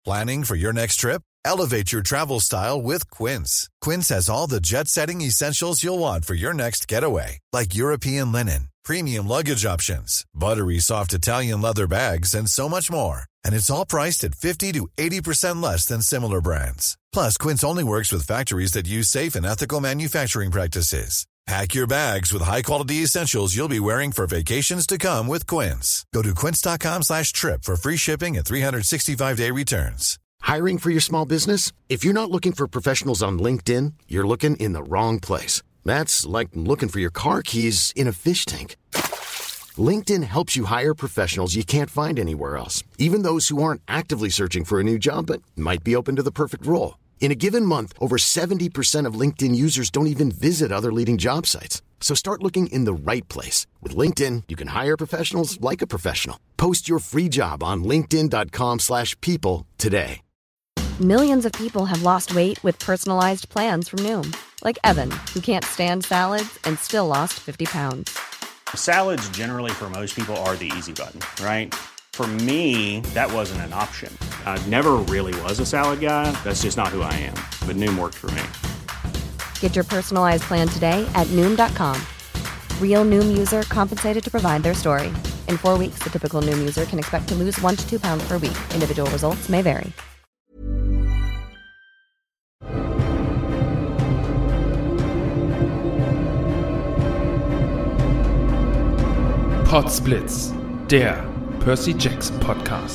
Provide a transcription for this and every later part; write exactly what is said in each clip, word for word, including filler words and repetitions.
Planning for your next trip? Elevate your travel style with Quince. Quince has all the jet-setting essentials you'll want for your next getaway, like European linen, premium luggage options, buttery soft Italian leather bags, and so much more. And it's all priced at fifty to eighty percent less than similar brands. Plus, Quince only works with factories that use safe and ethical manufacturing practices. Pack your bags with high-quality essentials you'll be wearing for vacations to come with Quince. Go to quince.com slash trip for free shipping and three sixty-five day returns. Hiring for your small business? If you're not looking for professionals on LinkedIn, you're looking in the wrong place. That's like looking for your car keys in a fish tank. LinkedIn helps you hire professionals you can't find anywhere else, even those who aren't actively searching for a new job but might be open to the perfect role. In a given month, over seventy percent of LinkedIn users don't even visit other leading job sites. So start looking in the right place. With LinkedIn, you can hire professionals like a professional. Post your free job on linkedin.com slash people today. Millions of people have lost weight with personalized plans from Noom. Like Evan, who can't stand salads and still lost fifty pounds. Salads generally for most people are the easy button, right? For me, that wasn't an option. I never really was a salad guy. That's just not who I am. But Noom worked for me. Get your personalized plan today at Noom dot com. Real Noom user compensated to provide their story. In four weeks, the typical Noom user can expect to lose one to two pounds per week. Individual results may vary. Podsblitz, der Percy Jackson Podcast.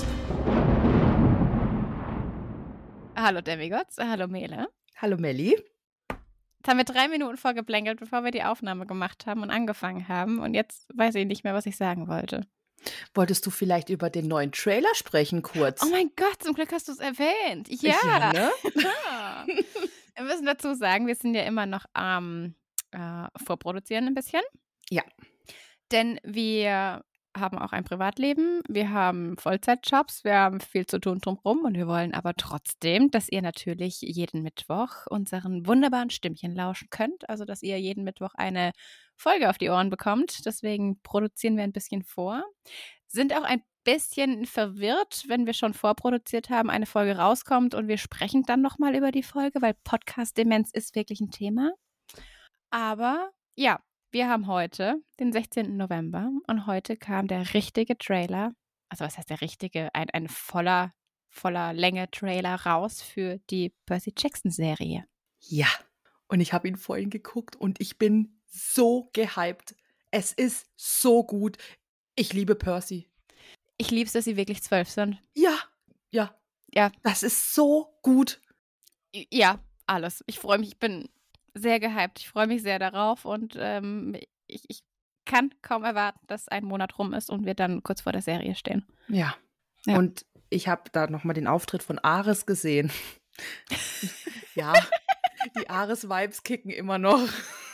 Hallo Demigods, hallo Mele. Hallo Melli. Jetzt haben wir drei Minuten vorgeblänkelt, bevor wir die Aufnahme gemacht haben und angefangen haben. Und jetzt weiß ich nicht mehr, was ich sagen wollte. Wolltest du vielleicht über den neuen Trailer sprechen kurz? Oh mein Gott, zum Glück hast du es erwähnt. Ja. Ja, ne? Wir müssen dazu sagen, wir sind ja immer noch am ähm, äh, Vorproduzieren ein bisschen. Ja. Denn wir haben auch ein Privatleben, wir haben Vollzeitjobs, wir haben viel zu tun drumherum und wir wollen aber trotzdem, dass ihr natürlich jeden Mittwoch unseren wunderbaren Stimmchen lauschen könnt, also dass ihr jeden Mittwoch eine Folge auf die Ohren bekommt. Deswegen produzieren wir ein bisschen vor, sind auch ein bisschen verwirrt, wenn wir schon vorproduziert haben, eine Folge rauskommt und wir sprechen dann nochmal über die Folge, weil Podcast-Demenz ist wirklich ein Thema. Aber ja, wir haben heute den sechzehnten November und heute kam der richtige Trailer, also was heißt der richtige, ein, ein voller, voller Länge Trailer raus für die Percy Jackson Serie. Ja, und ich habe ihn vorhin geguckt und ich bin so gehypt. Es ist so gut. Ich liebe Percy. Ich liebe es, dass sie wirklich zwölf sind. Ja, ja, ja. Das ist so gut. Ja, alles. Ich freue mich, ich bin sehr gehypt. Ich freue mich sehr darauf und ähm, ich, ich kann kaum erwarten, dass ein Monat rum ist und wir dann kurz vor der Serie stehen. Ja, ja. Und ich habe da nochmal den Auftritt von Ares gesehen. Ja, die Ares-Vibes kicken immer noch.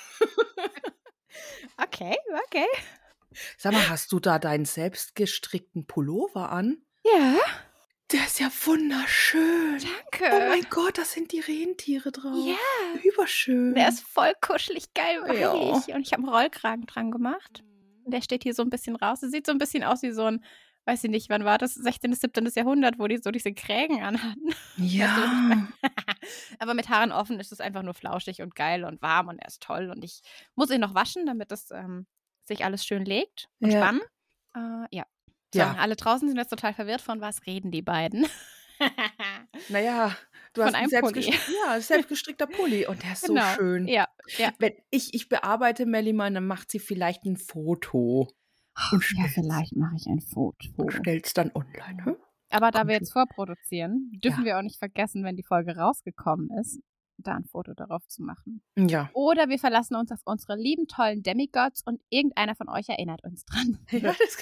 Okay, okay. Sag mal, hast du da deinen selbstgestrickten Pullover an? Ja. Der ist ja wunderschön. Danke. Oh mein Gott, da sind die Rentiere drauf. Ja. Überschön. Der ist voll kuschelig geil, weich. Ja. Und ich habe einen Rollkragen dran gemacht. Der steht hier so ein bisschen raus. Es sieht so ein bisschen aus wie so ein, weiß ich nicht, wann war das? sechzehnten. siebzehnten. Jahrhundert, wo die so diese Krägen anhatten. Ja. Weißt du, was ich meine? Aber mit Haaren offen ist es einfach nur flauschig und geil und warm und er ist toll. Und ich muss ihn noch waschen, damit das ähm, sich alles schön legt und Ja. spannen. Äh, ja. So, Ja. alle draußen sind jetzt total verwirrt, von was reden die beiden. Naja, du Von hast einem einen Pulli. selbstgestrickter, ja, selbstgestrickter Pulli und der ist Genau. so schön. Ja, ja. Wenn ich, ich bearbeite Melli mal, dann macht sie vielleicht ein Foto und Ja, stellt vielleicht mache ich ein Foto. es dann online. Hm? Aber da Kommt wir schon. jetzt vorproduzieren, dürfen Ja. wir auch nicht vergessen, wenn die Folge rausgekommen ist, da ein Foto darauf zu machen. Ja. Oder wir verlassen uns auf unsere lieben, tollen Demigods und irgendeiner von euch erinnert uns dran. Ja, das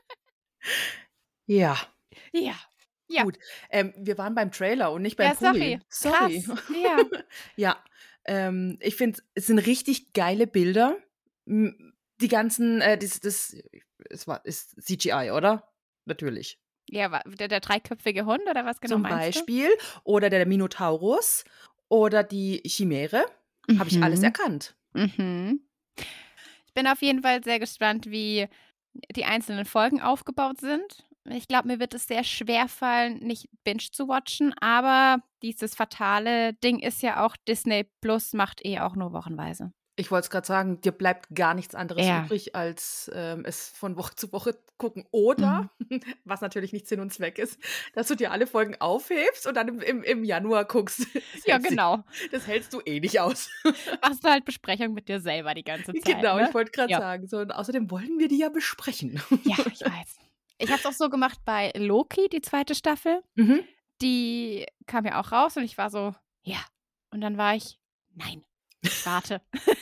ja. Ja. Ja. Gut. Ähm, wir waren beim Trailer und nicht beim Ja, Pulli. sorry. Sorry. Krass. Ja. Ja, ähm, ich finde, es sind richtig geile Bilder. M- Die ganzen, äh, das, das es war, ist C G I, oder? Natürlich. Ja, wa- der, der dreiköpfige Hund oder was genau Zum meinst Beispiel. Oder der Minotaurus oder die Chimäre. du? Habe ich alles Mhm. erkannt. Mhm. Ich bin auf jeden Fall sehr gespannt, wie die einzelnen Folgen aufgebaut sind. ich glaube, mir wird es sehr schwer fallen, nicht Binge zu watchen, aber dieses fatale Ding ist ja auch, Disney Plus macht eh auch nur wochenweise. Ich wollte es gerade sagen, dir bleibt gar nichts anderes Ja. übrig, als ähm, es von Woche zu Woche gucken. Oder, Mhm. was natürlich nicht Sinn und Zweck ist, dass du dir alle Folgen aufhebst und dann im, im, im Januar guckst. Das Ja, hält sich- genau. Das hältst du eh nicht aus. Machst du halt Besprechung mit dir selber die ganze Zeit. Genau, ne? ich wollte gerade Ja. sagen. So, und außerdem wollen wir die ja besprechen. Ja, ich weiß. Ich habe es auch so gemacht bei Loki, die zweite Staffel. Mhm. Die kam ja auch raus und ich war so, ja. Und dann war ich, nein, ich warte.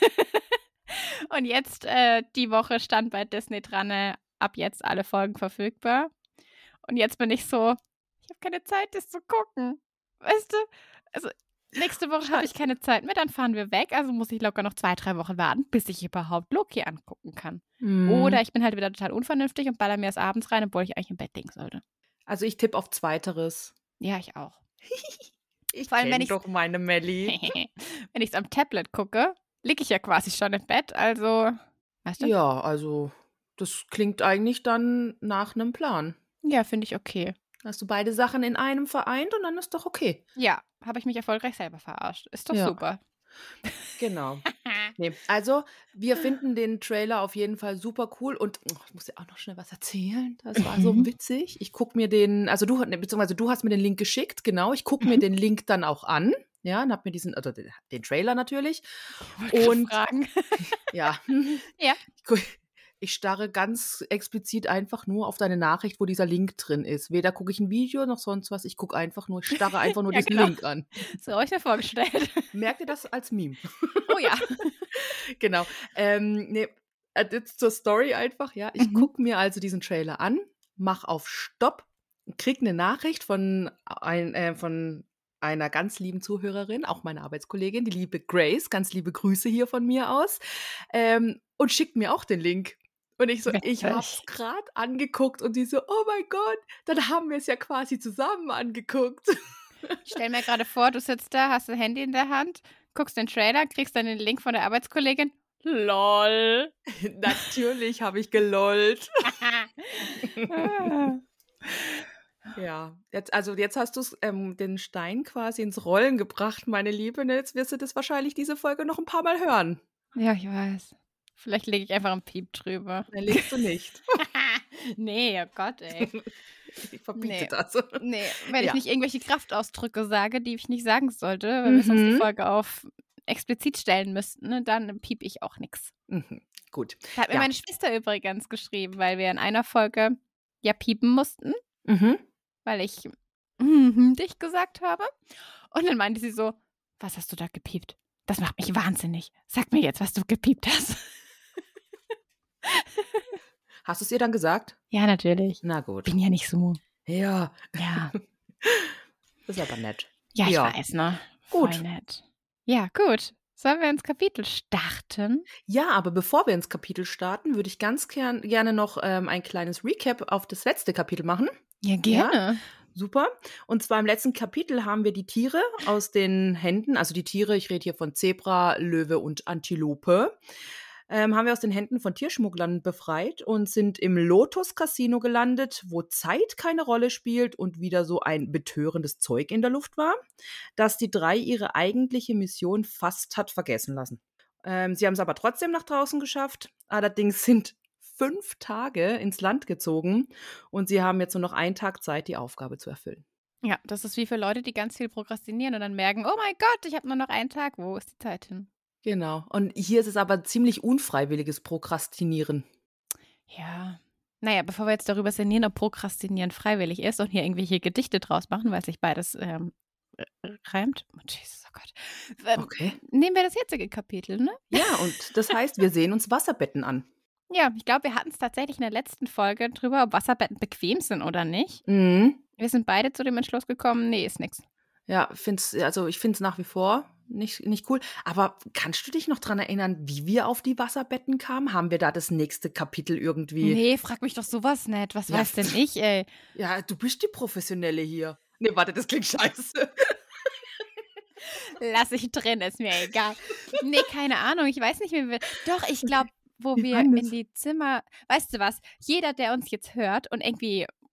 Und jetzt, äh, die Woche stand bei Disney dran, äh, ab jetzt alle Folgen verfügbar. Und jetzt bin ich so, ich habe keine Zeit, das zu gucken. Weißt du? Also, nächste Woche habe ich keine Zeit mehr, dann fahren wir weg. Also muss ich locker noch zwei, drei Wochen warten, bis ich überhaupt Loki angucken kann. Mhm. Oder ich bin halt wieder total unvernünftig und baller mir das abends rein, obwohl ich eigentlich im Bett liegen sollte. Also ich tippe auf Zweiteres. Ja, ich auch. Ich Vor allem, wenn kenn ich's- doch meine Melli. Wenn ich es am Tablet gucke, liege ich ja quasi schon im Bett. Also, weißt du? Ja, also das klingt eigentlich dann nach einem Plan. Ja, finde ich okay. Hast du beide Sachen in einem vereint und dann ist doch okay. Ja, habe ich mich erfolgreich selber verarscht. Ist doch Ja. super. Genau. Nee, also wir finden den Trailer auf jeden Fall super cool und oh, ich muss dir auch noch schnell was erzählen. Das war so Mhm. witzig. Ich gucke mir den, also du, ne, beziehungsweise du hast mir den Link geschickt, genau. Ich gucke mir Mhm. den Link dann auch an. Ja, und hab mir diesen, also den, den Trailer natürlich. Wollte grad Und fragen. ja. Ja. Ich gu- Ich starre ganz explizit einfach nur auf deine Nachricht, wo dieser Link drin ist. Weder gucke ich ein Video noch sonst was. Ich gucke einfach nur, ich starre einfach nur Ja, diesen genau. Link an. So habe ich mir vorgestellt. Merkt ihr das als Meme? Oh ja. Genau. Ähm, nee, äh, jetzt zur Story einfach, ja. Ich Mhm. gucke mir also diesen Trailer an, mach auf Stopp, krieg eine Nachricht von, ein, äh, von einer ganz lieben Zuhörerin, auch meine Arbeitskollegin, die liebe Grace, ganz liebe Grüße hier von mir aus, ähm, und schickt mir auch den Link. Und ich so, ich Witzig. hab's gerade angeguckt und die so, oh mein Gott, dann haben wir es ja quasi zusammen angeguckt. Ich stell mir gerade vor, du sitzt da, hast ein Handy in der Hand, guckst den Trailer, kriegst dann den Link von der Arbeitskollegin. Lol. Natürlich habe ich gelollt. Ah. Ja, jetzt, also jetzt hast du ähm, den Stein quasi ins Rollen gebracht, meine Liebe. Und jetzt wirst du das wahrscheinlich diese Folge noch ein paar Mal hören. Ja, ich weiß. Vielleicht lege ich einfach einen Piep drüber. Dann legst du nicht. Nee, oh Gott, ey. Ich verbiete Nee. das. Nee, wenn Ja. ich nicht irgendwelche Kraftausdrücke sage, die ich nicht sagen sollte, weil wir sonst die Mhm. Folge auf explizit stellen müssten, ne, dann piep ich auch nichts. Mhm. Gut. Da hat mir Ja. meine Schwester übrigens geschrieben, weil wir in einer Folge ja piepen mussten, Mhm. weil ich mhm dich gesagt habe. Und dann meinte sie so, was hast du da gepiept? Das macht mich wahnsinnig. Sag mir jetzt, was du gepiept hast. Hast du es ihr dann gesagt? Ja, natürlich. Na gut. Bin ja nicht so. Ja, Ja. das ist aber nett. Ja, ich Ja. weiß, ne? Gut. Voll nett. Ja, gut. Sollen wir ins Kapitel starten? Ja, aber bevor wir ins Kapitel starten, würde ich ganz gern, gerne noch ähm, ein kleines Recap auf das letzte Kapitel machen. Ja, gerne. Super. Und zwar im letzten Kapitel haben wir die Tiere aus den Händen, also die Tiere, ich rede hier von Zebra, Löwe und Antilope, ähm, haben wir aus den Händen von Tierschmugglern befreit und sind im Lotus Casino gelandet, wo Zeit keine Rolle spielt und wieder so ein betörendes Zeug in der Luft war, dass die drei ihre eigentliche Mission fast hat vergessen lassen. Ähm, sie haben es aber trotzdem nach draußen geschafft. Allerdings sind fünf Tage ins Land gezogen und sie haben jetzt nur noch einen Tag Zeit, die Aufgabe zu erfüllen. Ja, das ist wie für Leute, die ganz viel prokrastinieren und dann merken, oh mein Gott, ich habe nur noch einen Tag. Wo ist die Zeit hin? Genau. Und hier ist es aber ziemlich unfreiwilliges Prokrastinieren. Ja. Naja, bevor wir jetzt darüber sinnieren, ob Prokrastinieren freiwillig ist und hier irgendwelche Gedichte draus machen, weil sich beides ähm, äh, reimt. Oh, Jesus, oh Gott. Ähm, Okay. Nehmen wir das jetzige Kapitel, ne? Ja, und das heißt, wir sehen uns Wasserbetten an. Ja, ich glaube, wir hatten es tatsächlich in der letzten Folge drüber, ob Wasserbetten bequem sind oder nicht. Mhm. Wir sind beide zu dem Entschluss gekommen, nee, ist nix. Ja, find's, also ich finde es nach wie vor nicht, nicht cool. Aber kannst du dich noch dran erinnern, wie wir auf die Wasserbetten kamen? Haben wir da das nächste Kapitel irgendwie? Nee, frag mich doch sowas nicht. Was Ja. weiß denn ich, ey? Ja, du bist die Professionelle hier. Nee, warte, das klingt scheiße. Lass ich drin, ist mir egal. Nee, keine Ahnung, ich weiß nicht mehr. wie wir- Doch, ich glaube, wo Wie wir war in das? die Zimmer, weißt du was, jeder, der uns jetzt hört und irgendwie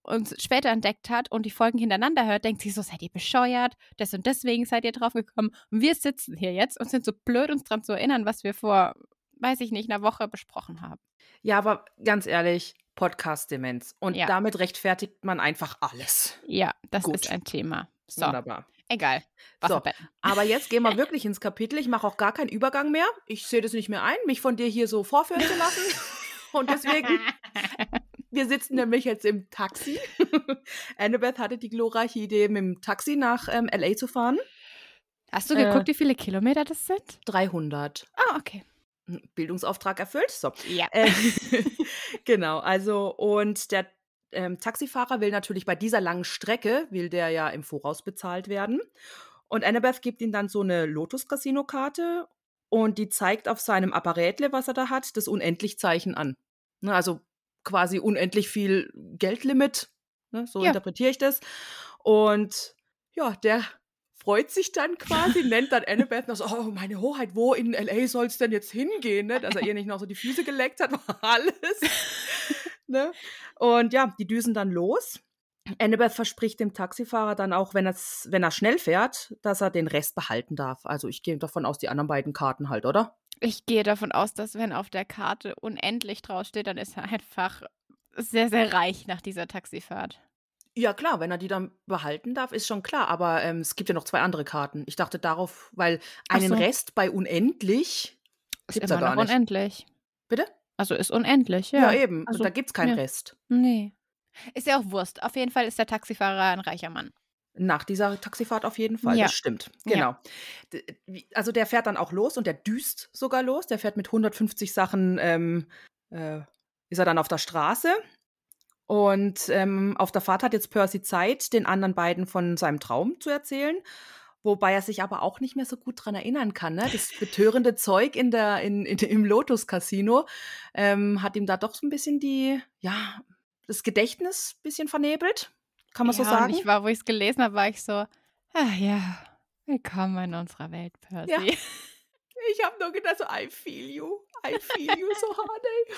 uns später entdeckt hat und die Folgen hintereinander hört, denkt sie so, seid ihr bescheuert? Das und deswegen seid ihr drauf gekommen. Und wir sitzen hier jetzt und sind so blöd, uns daran zu erinnern, was wir vor, weiß ich nicht, einer Woche besprochen haben. Ja, aber ganz ehrlich, Podcast-Demenz. Und Ja. damit rechtfertigt man einfach alles. Ja, das Gut. ist ein Thema. So, Wunderbar. egal. So, Wasserbetten. aber jetzt gehen wir wirklich ins Kapitel. Ich mache auch gar keinen Übergang mehr. Ich sehe das nicht mehr ein, mich von dir hier so vorführen zu lassen. Und deswegen, wir sitzen nämlich jetzt im Taxi. Annabeth hatte die glorreiche Idee, mit dem Taxi nach ähm, L A zu fahren. Hast du Äh, geguckt, wie viele Kilometer das sind? dreihundert. Ah, okay. Bildungsauftrag erfüllt. So. Ja. Äh, genau, also und der ähm, Taxifahrer will natürlich bei dieser langen Strecke, will der ja im Voraus bezahlt werden. Und Annabeth gibt ihm dann so eine Lotus-Casino-Karte und die zeigt auf seinem Apparätle, was er da hat, das Unendlich-Zeichen an. Ne, also quasi unendlich viel Geldlimit, ne, so Ja. interpretiere ich das. Und ja, der freut sich dann quasi, nennt dann Annabeth noch so, oh, meine Hoheit, wo in L A soll es denn jetzt hingehen? Ne? Dass er ihr nicht noch so die Füße geleckt hat, war alles. Ne? Und ja, die düsen dann los. Annabeth verspricht dem Taxifahrer dann auch, wenn, er's, wenn er schnell fährt, dass er den Rest behalten darf. Also ich gehe davon aus, die anderen beiden Karten halt, oder? Ich gehe davon aus, dass wenn auf der Karte unendlich draufsteht, dann ist er einfach sehr, sehr reich nach dieser Taxifahrt. Ja, klar, wenn er die dann behalten darf, ist schon klar. Aber ähm, es gibt ja noch zwei andere Karten. Ich dachte darauf, weil Ach einen so. Rest bei unendlich Ist gibt's ja immer gar noch nicht. unendlich. Bitte? Also ist unendlich, Ja, ja. eben. Also, Und da gibt es keinen ja. Rest. Nee. Ist ja auch Wurst. Auf jeden Fall ist der Taxifahrer ein reicher Mann. Nach dieser Taxifahrt auf jeden Fall, Ja. das stimmt. Ja. Genau. D- wie- Also der fährt dann auch los und der düst sogar los. Der fährt mit hundertfünfzig Sachen, ähm, äh, ist er dann auf der Straße. Und ähm, auf der Fahrt hat jetzt Percy Zeit, den anderen beiden von seinem Traum zu erzählen. Wobei er sich aber auch nicht mehr so gut dran erinnern kann. Ne? Das betörende Zeug in der, in, in, im Lotus-Casino ähm, hat ihm da doch so ein bisschen die, ja, das Gedächtnis ein bisschen vernebelt. Kann man ja, so sagen? Und ich war, wo ich es gelesen habe, war ich so, ah ja, willkommen in unserer Welt, Percy. Ja. Ich habe nur gedacht, so, I feel you. I feel you so hard, ey.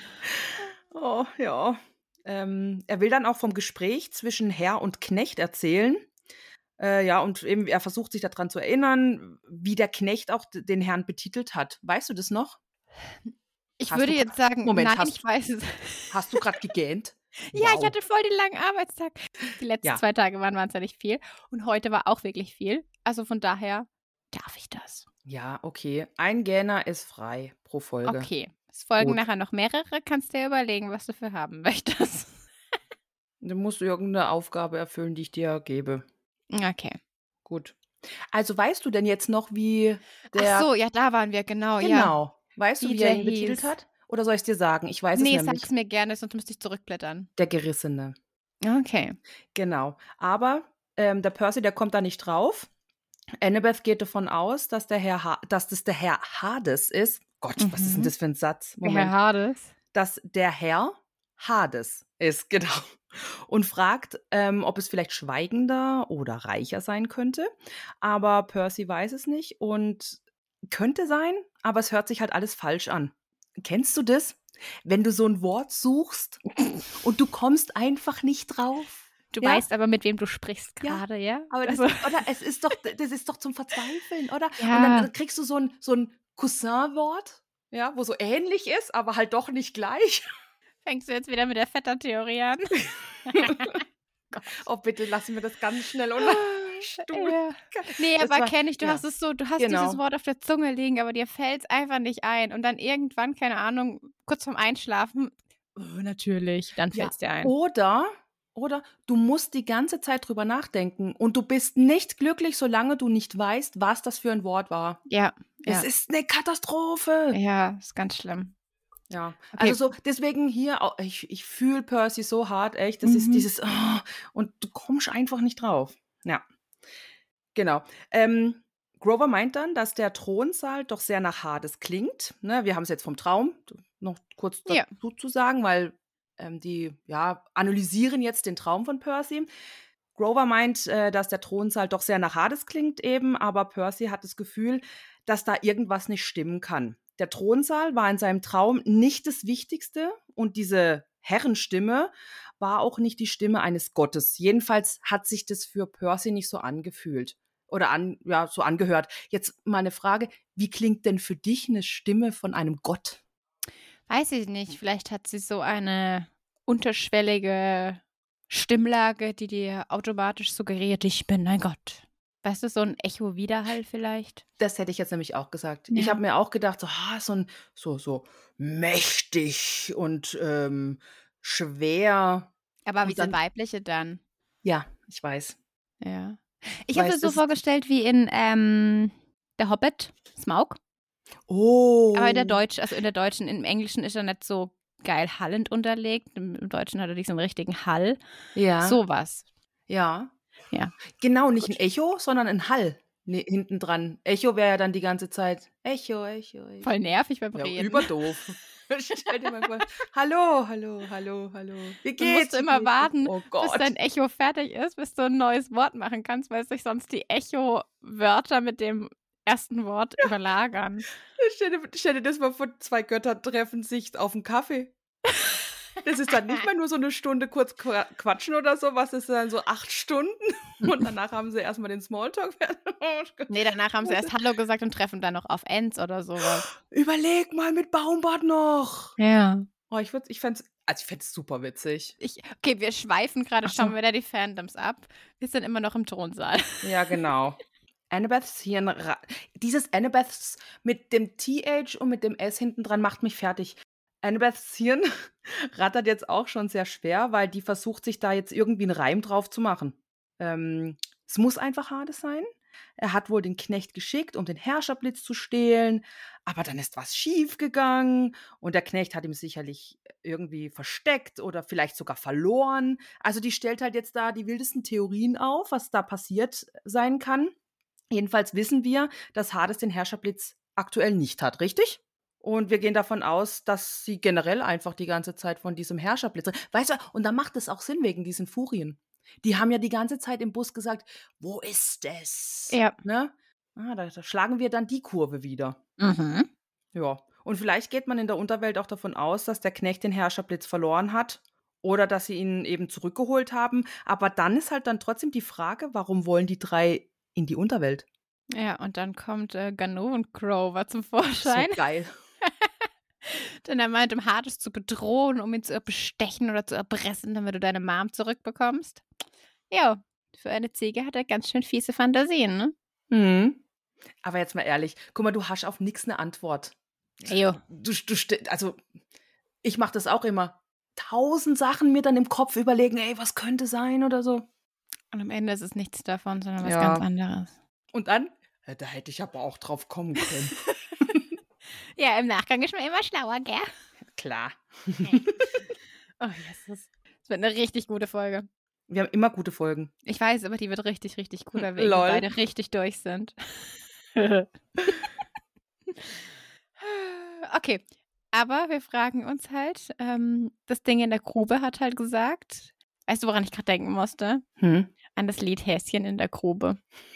Oh, ja. Ähm, er will dann auch vom Gespräch zwischen Herr und Knecht erzählen. Äh, ja, und eben, er versucht sich daran zu erinnern, wie der Knecht auch d- den Herrn betitelt hat. Weißt du das noch? Ich Hast würde du- jetzt sagen, Moment, nein, hast- ich weiß es. Hast du gerade gegähnt? Ja, Wow. ich hatte voll den langen Arbeitstag. Die letzten Ja. zwei Tage waren wahnsinnig viel. Und heute war auch wirklich viel. Also von daher darf ich das. Ja, okay. Ein Gähner ist frei pro Folge. Okay. Es folgen Gut. nachher noch mehrere. Kannst dir überlegen, was du für haben möchtest. Du musst irgendeine Aufgabe erfüllen, die ich dir gebe. Okay. Gut. Also weißt du denn jetzt noch, wie der... Ach so, ja, da waren wir, genau. Ja. Genau. Weißt du, Wie wie er der ihn betitelt hieß. hat? Oder soll ich es dir sagen? Ich weiß Nee, es nämlich. sag's mir gerne, sonst müsste ich zurückblättern. Der Gerissene. Okay. Genau. Aber ähm, der Percy, der kommt da nicht drauf. Annabeth geht davon aus, dass, der Herr ha- dass das der Herr Hades ist. Gott, was ist denn Mhm. das für ein Satz? Herr Hades. Dass der Herr Hades ist, genau. Und fragt, ähm, ob es vielleicht schweigender oder reicher sein könnte. Aber Percy weiß es nicht und könnte sein, aber es hört sich halt alles falsch an. Kennst du das? Wenn du so ein Wort suchst und du kommst einfach nicht drauf. Du Ja? weißt aber, mit wem du sprichst Ja, gerade, ja? Aber das, Also, oder es ist doch, das ist doch zum Verzweifeln, oder? Ja. Und dann kriegst du so ein, so ein Cousin-Wort, ja, wo so ähnlich ist, aber halt doch nicht gleich. fängst du jetzt wieder mit der Vetter-Theorie an? Oh, bitte lassen wir das ganz schnell unter Stuhl. Ja. Nee, Das aber war- kenne ich, du ja. hast es so, du hast Genau. dieses Wort auf der Zunge liegen, aber dir fällt es einfach nicht ein. Und dann irgendwann, keine Ahnung, kurz vorm Einschlafen, oh, natürlich, dann Ja. fällt es dir ein. Oder, oder du musst die ganze Zeit drüber nachdenken und du bist nicht glücklich, solange du nicht weißt, was das für ein Wort war. Ja, Es ja. ist eine Katastrophe. Ja, ist ganz schlimm. Ja, Okay. also so, deswegen hier, auch, ich, ich fühle Percy so hart, echt. Das ist Mhm. dieses, oh, und du kommst einfach nicht drauf. Ja, genau. Ähm, Grover meint dann, dass der Thronsaal doch sehr nach Hades klingt. Ne, wir haben es jetzt vom Traum, noch kurz Ja. dazu zu sagen, weil ähm, die ja, analysieren jetzt den Traum von Percy. Grover meint, äh, dass der Thronsaal doch sehr nach Hades klingt eben, aber Percy hat das Gefühl, dass da irgendwas nicht stimmen kann. Der Thronsaal war in seinem Traum nicht das Wichtigste und diese Herrenstimme war auch nicht die Stimme eines Gottes. Jedenfalls hat sich das für Percy nicht so angefühlt. Oder an, ja, so angehört. Jetzt mal eine Frage, wie klingt denn für dich eine Stimme von einem Gott? Weiß ich nicht. Vielleicht hat sie so eine unterschwellige Stimmlage, die dir automatisch suggeriert, ich bin ein Gott. Weißt du, so ein Echo-Widerhall vielleicht? Das hätte ich jetzt nämlich auch gesagt. Ja. Ich habe mir auch gedacht, so, ah, so, ein, so, so mächtig und ähm, schwer. Aber Und wie sind dann- weibliche dann? Ja, ich weiß. Ja. Ich habe Weißt, mir so das ist- vorgestellt wie in ähm, Der Hobbit, Smaug. Oh. Aber in der Deutsch, also in der Deutschen, im Englischen ist er nicht so geil hallend unterlegt. Im, im Deutschen hat er nicht so einen richtigen Hall. Ja. Sowas. Ja. Ja. Genau, nicht ein Echo, sondern ein Hall nee, hinten dran. Echo wäre ja dann die ganze Zeit Echo, Echo, Echo. Voll nervig beim Ja, Reden. überdoof. Stell dir mal vor. Hallo, hallo, hallo, hallo. Wie Du musst geht's? Wie immer geht's? warten, Oh bis Gott. dein Echo fertig ist, bis du ein neues Wort machen kannst, weil sich sonst die Echo-Wörter mit dem ersten Wort überlagern. Stell dir, stell dir das mal vor, zwei Götter treffen sich auf einen Kaffee. Das ist dann nicht mehr nur so eine Stunde kurz qua- quatschen oder so, was ist dann so acht Stunden und danach haben sie erstmal den Smalltalk. Nee, danach haben sie erst Hallo gesagt und treffen dann noch auf Ends oder sowas. Überleg mal mit Baumbart noch. Ja. Oh, ich würd, ich fänd's, also ich fänd's super witzig. Ich, okay, wir schweifen gerade Ach so. schon wieder die Fandoms ab. Wir sind immer noch im Thronsaal. Ja, genau. Annabeths Hirn, dieses Annabeths mit dem T H und mit dem S hinten dran macht mich fertig. Annabeths Hirn rattert jetzt auch schon sehr schwer, weil die versucht, sich da jetzt irgendwie einen Reim drauf zu machen. Ähm, es muss einfach Hades sein. Er hat wohl den Knecht geschickt, um den Herrscherblitz zu stehlen, aber dann ist was schiefgegangen und der Knecht hat ihm sicherlich irgendwie versteckt oder vielleicht sogar verloren. Also die stellt halt jetzt da die wildesten Theorien auf, was da passiert sein kann. Jedenfalls wissen wir, dass Hades den Herrscherblitz aktuell nicht hat, richtig? Und wir gehen davon aus, dass sie generell einfach die ganze Zeit von diesem Herrscherblitz. Weißt du, und da macht es auch Sinn wegen diesen Furien. Die haben ja die ganze Zeit im Bus gesagt, wo ist es? Ja. Ne? Ah, da, da schlagen wir dann die Kurve wieder. Mhm. Ja. Und vielleicht geht man in der Unterwelt auch davon aus, dass der Knecht den Herrscherblitz verloren hat oder dass sie ihn eben zurückgeholt haben. Aber dann ist halt dann trotzdem die Frage, warum wollen die drei in die Unterwelt? Ja, und dann kommt äh, Ganoven-Crower zum So Vorschein. geil. Denn er meint, um Hades zu bedrohen, um ihn zu bestechen oder zu erpressen, damit du deine Mom zurückbekommst. Ja, für eine Ziege hat er ganz schön fiese Fantasien, ne? Mhm. Aber jetzt mal ehrlich, guck mal, du hast auf nichts eine Antwort. Jo. Du, du, st- also, ich mache das auch immer. Tausend Sachen mir dann im Kopf überlegen, ey, was könnte sein oder so. Und am Ende ist es nichts davon, sondern was Ja. ganz anderes. Und dann, äh, da hätte ich aber auch drauf kommen können. Ja, im Nachgang ist man immer schlauer, gell? Klar. Oh, Jesus. Das wird eine richtig gute Folge. Wir haben immer gute Folgen. Ich weiß, aber die wird richtig, richtig gut, weil wir Lol. eben beide richtig durch sind. Okay, aber wir fragen uns halt, ähm, das Ding in der Grube hat halt gesagt, weißt du, woran ich gerade denken musste? Hm? An das Lied Häschen in der Grube.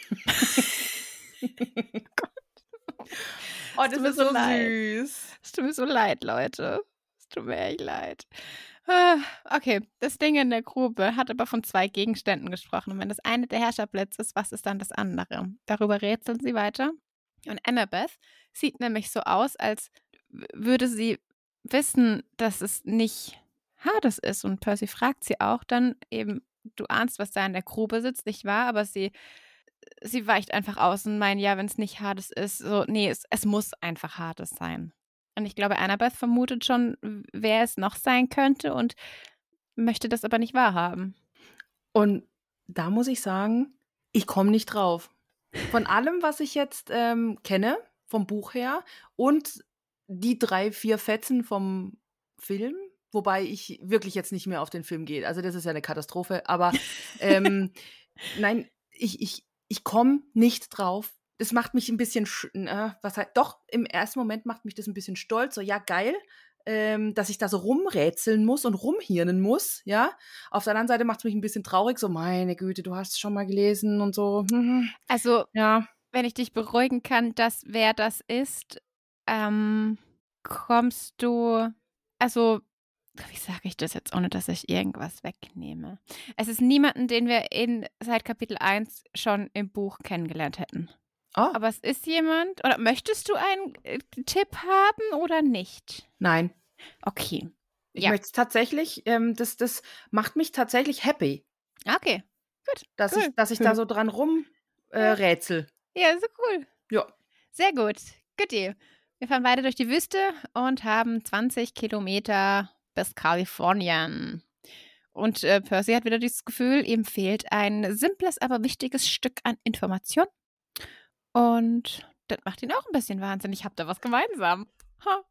Oh, tut mir so leid. Es tut mir so leid, Leute. Es tut mir echt leid. Ah, Okay, das Ding in der Grube hat aber von zwei Gegenständen gesprochen. Und wenn das eine der Herrscherblitz ist, was ist dann das andere? Darüber rätseln sie weiter. Und Annabeth sieht nämlich so aus, als w- würde sie wissen, dass es nicht Hades ist. Und Percy fragt sie auch dann eben, du ahnst, was da in der Grube sitzt, nicht wahr? Aber sie, sie weicht einfach aus und meint, ja, wenn es nicht Hades ist, so, nee, es, es muss einfach Hades sein. Und ich glaube, Annabeth vermutet schon, wer es noch sein könnte und möchte das aber nicht wahrhaben. Und da muss ich sagen, ich komme nicht drauf. Von allem, was ich jetzt ähm, kenne, vom Buch her, und die drei, vier Fetzen vom Film, wobei ich wirklich jetzt nicht mehr auf den Film gehe. Also das ist ja eine Katastrophe. Aber ähm, nein, ich, ich, ich komme nicht drauf. Das macht mich ein bisschen, sch- äh, was halt, doch, im ersten Moment macht mich das ein bisschen stolz. So, ja, geil, ähm, dass ich da so rumrätseln muss und rumhirnen muss, ja. Auf der anderen Seite macht es mich ein bisschen traurig, so, meine Güte, du hast es schon mal gelesen und so. Mhm. Also, Ja, wenn ich dich beruhigen kann, dass wer das ist, ähm, kommst du, also wie sage ich das jetzt, ohne dass ich irgendwas wegnehme? Es ist niemanden, den wir in, seit Kapitel eins schon im Buch kennengelernt hätten. Oh. Aber es ist jemand, oder möchtest du einen äh, Tipp haben oder nicht? Nein. Okay. Ich Ja. möchte es tatsächlich, ähm, das, das macht mich tatsächlich happy, Okay, gut. dass, Cool. ich, dass ich da so dran rum äh, Ja. rätsel. Ja, so cool. Ja. Sehr gut. Guti. Wir fahren weiter durch die Wüste und haben zwanzig Kilometer bis Kalifornien. Und äh, Percy hat wieder dieses Gefühl, ihm fehlt ein simples, aber wichtiges Stück an Information. Und das macht ihn auch ein bisschen wahnsinnig. Habt ihr was gemeinsam? Ha.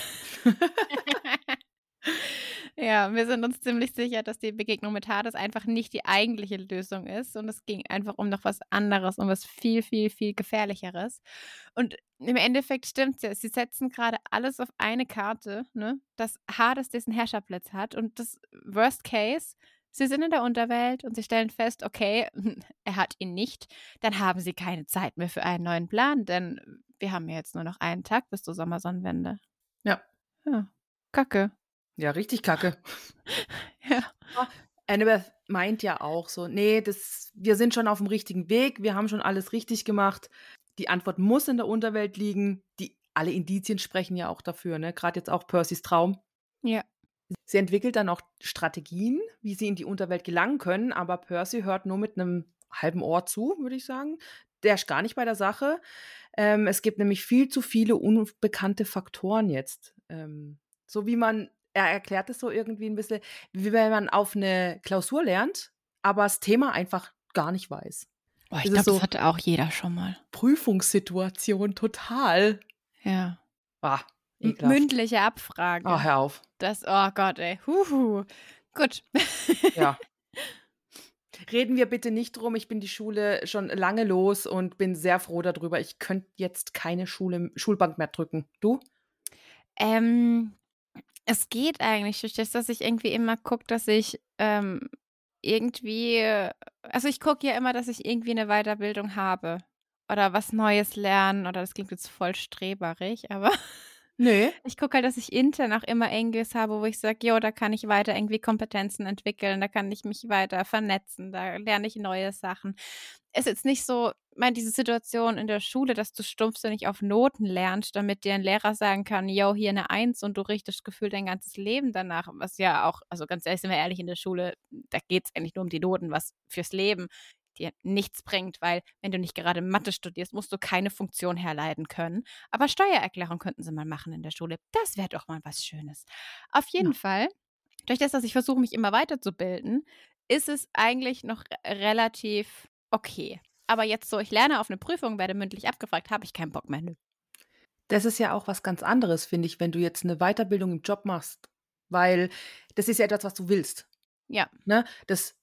Ja, wir sind uns ziemlich sicher, dass die Begegnung mit Hades einfach nicht die eigentliche Lösung ist. Und es ging einfach um noch was anderes, um was viel, viel, viel Gefährlicheres. Und im Endeffekt stimmt es ja. Sie setzen gerade alles auf eine Karte, ne? Dass Hades diesen Herrscherplatz hat. Und das Worst Case, sie sind in der Unterwelt und sie stellen fest, okay, er hat ihn nicht. Dann haben sie keine Zeit mehr für einen neuen Plan, denn wir haben ja jetzt nur noch einen Tag bis zur Sommersonnenwende. Ja. Ja, Kacke. Ja, richtig kacke. Ja. Annabeth meint ja auch so, nee, das, wir sind schon auf dem richtigen Weg, wir haben schon alles richtig gemacht. Die Antwort muss in der Unterwelt liegen. Die, alle Indizien sprechen ja auch dafür, ne? Gerade jetzt auch Percys Traum. Ja. Sie entwickelt dann auch Strategien, wie sie in die Unterwelt gelangen können, aber Percy hört nur mit einem halben Ohr zu, würde ich sagen. Der ist gar nicht bei der Sache. Ähm, es gibt nämlich viel zu viele unbekannte Faktoren jetzt. Ähm, so wie man, er erklärt es so irgendwie ein bisschen, wie wenn man auf eine Klausur lernt, aber das Thema einfach gar nicht weiß. Oh, ich Es ist glaube, so das hatte auch jeder schon mal. Prüfungssituation total. Ja. Ah, M- ekelhaft. Mündliche Abfrage. Oh, hör auf. Das, oh Gott, ey. Huhu. Gut. Ja. Reden wir bitte nicht drum. Ich bin die Schule schon lange los und bin sehr froh darüber. Ich könnte jetzt keine Schule, Schulbank mehr drücken. Du? Ähm, es geht eigentlich durch das, dass ich irgendwie immer gucke, dass ich ähm, irgendwie, also ich gucke ja immer, dass ich irgendwie eine Weiterbildung habe oder was Neues lernen oder das klingt jetzt voll streberig, aber Nee. ich gucke halt, dass ich intern auch immer irgendwas habe, wo ich sage, jo, da kann ich weiter irgendwie Kompetenzen entwickeln, da kann ich mich weiter vernetzen, da lerne ich neue Sachen. Es ist jetzt nicht so, ich meine, diese Situation in der Schule, dass du stumpfsinnig auf Noten lernst, damit dir ein Lehrer sagen kann, jo, hier eine Eins und du richtest gefühlt dein ganzes Leben danach, was ja auch, also ganz ehrlich, sind wir ehrlich, in der Schule, da geht es eigentlich nur um die Noten, was fürs Leben dir nichts bringt, weil wenn du nicht gerade Mathe studierst, musst du keine Funktion herleiten können. Aber Steuererklärung könnten sie mal machen in der Schule. Das wäre doch mal was Schönes. Auf jeden Ja. Fall, durch das, dass ich versuche, mich immer weiterzubilden, ist es eigentlich noch re- relativ okay. Aber jetzt so, ich lerne auf eine Prüfung, werde mündlich abgefragt, habe ich keinen Bock mehr. Nö. Das ist ja auch was ganz anderes, finde ich, wenn du jetzt eine Weiterbildung im Job machst. Weil das ist ja etwas, was du willst. Ja, Ne? Das,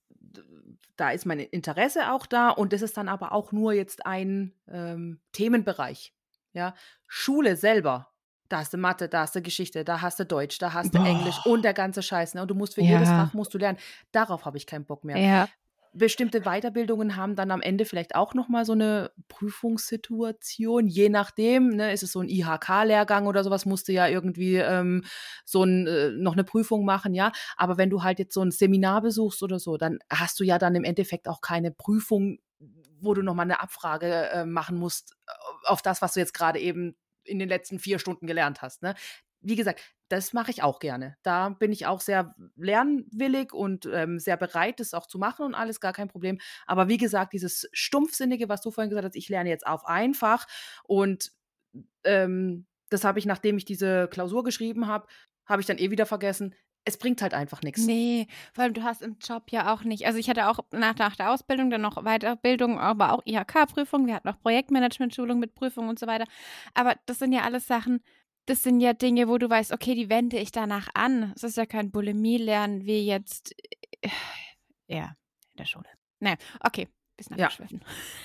da ist mein Interesse auch da und das ist dann aber auch nur jetzt ein ähm, Themenbereich. Ja? Schule selber, da hast du Mathe, da hast du Geschichte, da hast du Deutsch, da hast du Boah. Englisch und der ganze Scheiß. Ne? Und du musst für Ja. jedes Fach musst du lernen. Darauf habe ich keinen Bock mehr. ja, Bestimmte Weiterbildungen haben dann am Ende vielleicht auch nochmal so eine Prüfungssituation, je nachdem, ne, ist es so ein I H K-Lehrgang oder sowas, musst du ja irgendwie ähm, so ein, äh, noch eine Prüfung machen, ja. Aber wenn du halt jetzt so ein Seminar besuchst oder so, dann hast du ja dann im Endeffekt auch keine Prüfung, wo du nochmal eine Abfrage äh, machen musst äh, auf das, was du jetzt gerade eben in den letzten vier Stunden gelernt hast, ne. Wie gesagt, das mache ich auch gerne. Da bin ich auch sehr lernwillig und ähm, sehr bereit, das auch zu machen und alles, gar kein Problem. Aber wie gesagt, dieses Stumpfsinnige, was du vorhin gesagt hast, ich lerne jetzt auf einfach und ähm, das habe ich, nachdem ich diese Klausur geschrieben habe, habe ich dann eh wieder vergessen. Es bringt halt einfach nichts. nee, vor allem du hast im Job ja auch nicht, also ich hatte auch nach, nach der Ausbildung dann noch Weiterbildung, aber auch I H K-Prüfung, wir hatten auch Projektmanagement-Schulung mit Prüfung und so weiter. Aber das sind ja alles Sachen, das sind ja Dinge, wo du weißt, okay, die wende ich danach an. Es ist ja kein Bulimie-Lernen wie jetzt, äh, ja, in der Schule. Naja, okay, bisschen Ja. abgeschwiffen.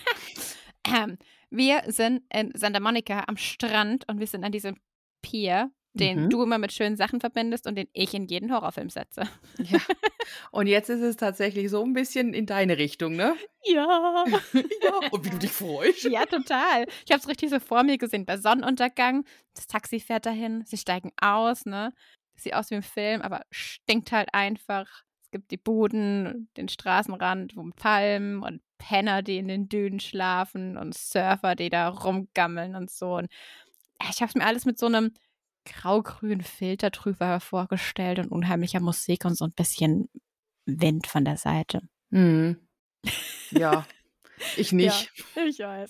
ähm, wir sind in Santa Monica am Strand und wir sind an diesem Pier, den Mhm. du immer mit schönen Sachen verbindest und den ich in jeden Horrorfilm setze. Ja. Und jetzt ist es tatsächlich so ein bisschen in deine Richtung, ne? Ja. Ja. Und wie du dich freust. Ja, total. Ich habe es richtig so vor mir gesehen bei Sonnenuntergang. Das Taxi fährt dahin, sie steigen aus, ne? sieht aus wie im Film, aber stinkt halt einfach. Es gibt die Buden, den Straßenrand, wo mit Palmen und Penner, die in den Dünen schlafen und Surfer, die da rumgammeln und so. Und ich habe es mir alles mit so einem grau-grünen Filter drüber vorgestellt und unheimlicher Musik und so ein bisschen Wind von der Seite. Mhm. Ja, ich nicht. Ja, ich weiß.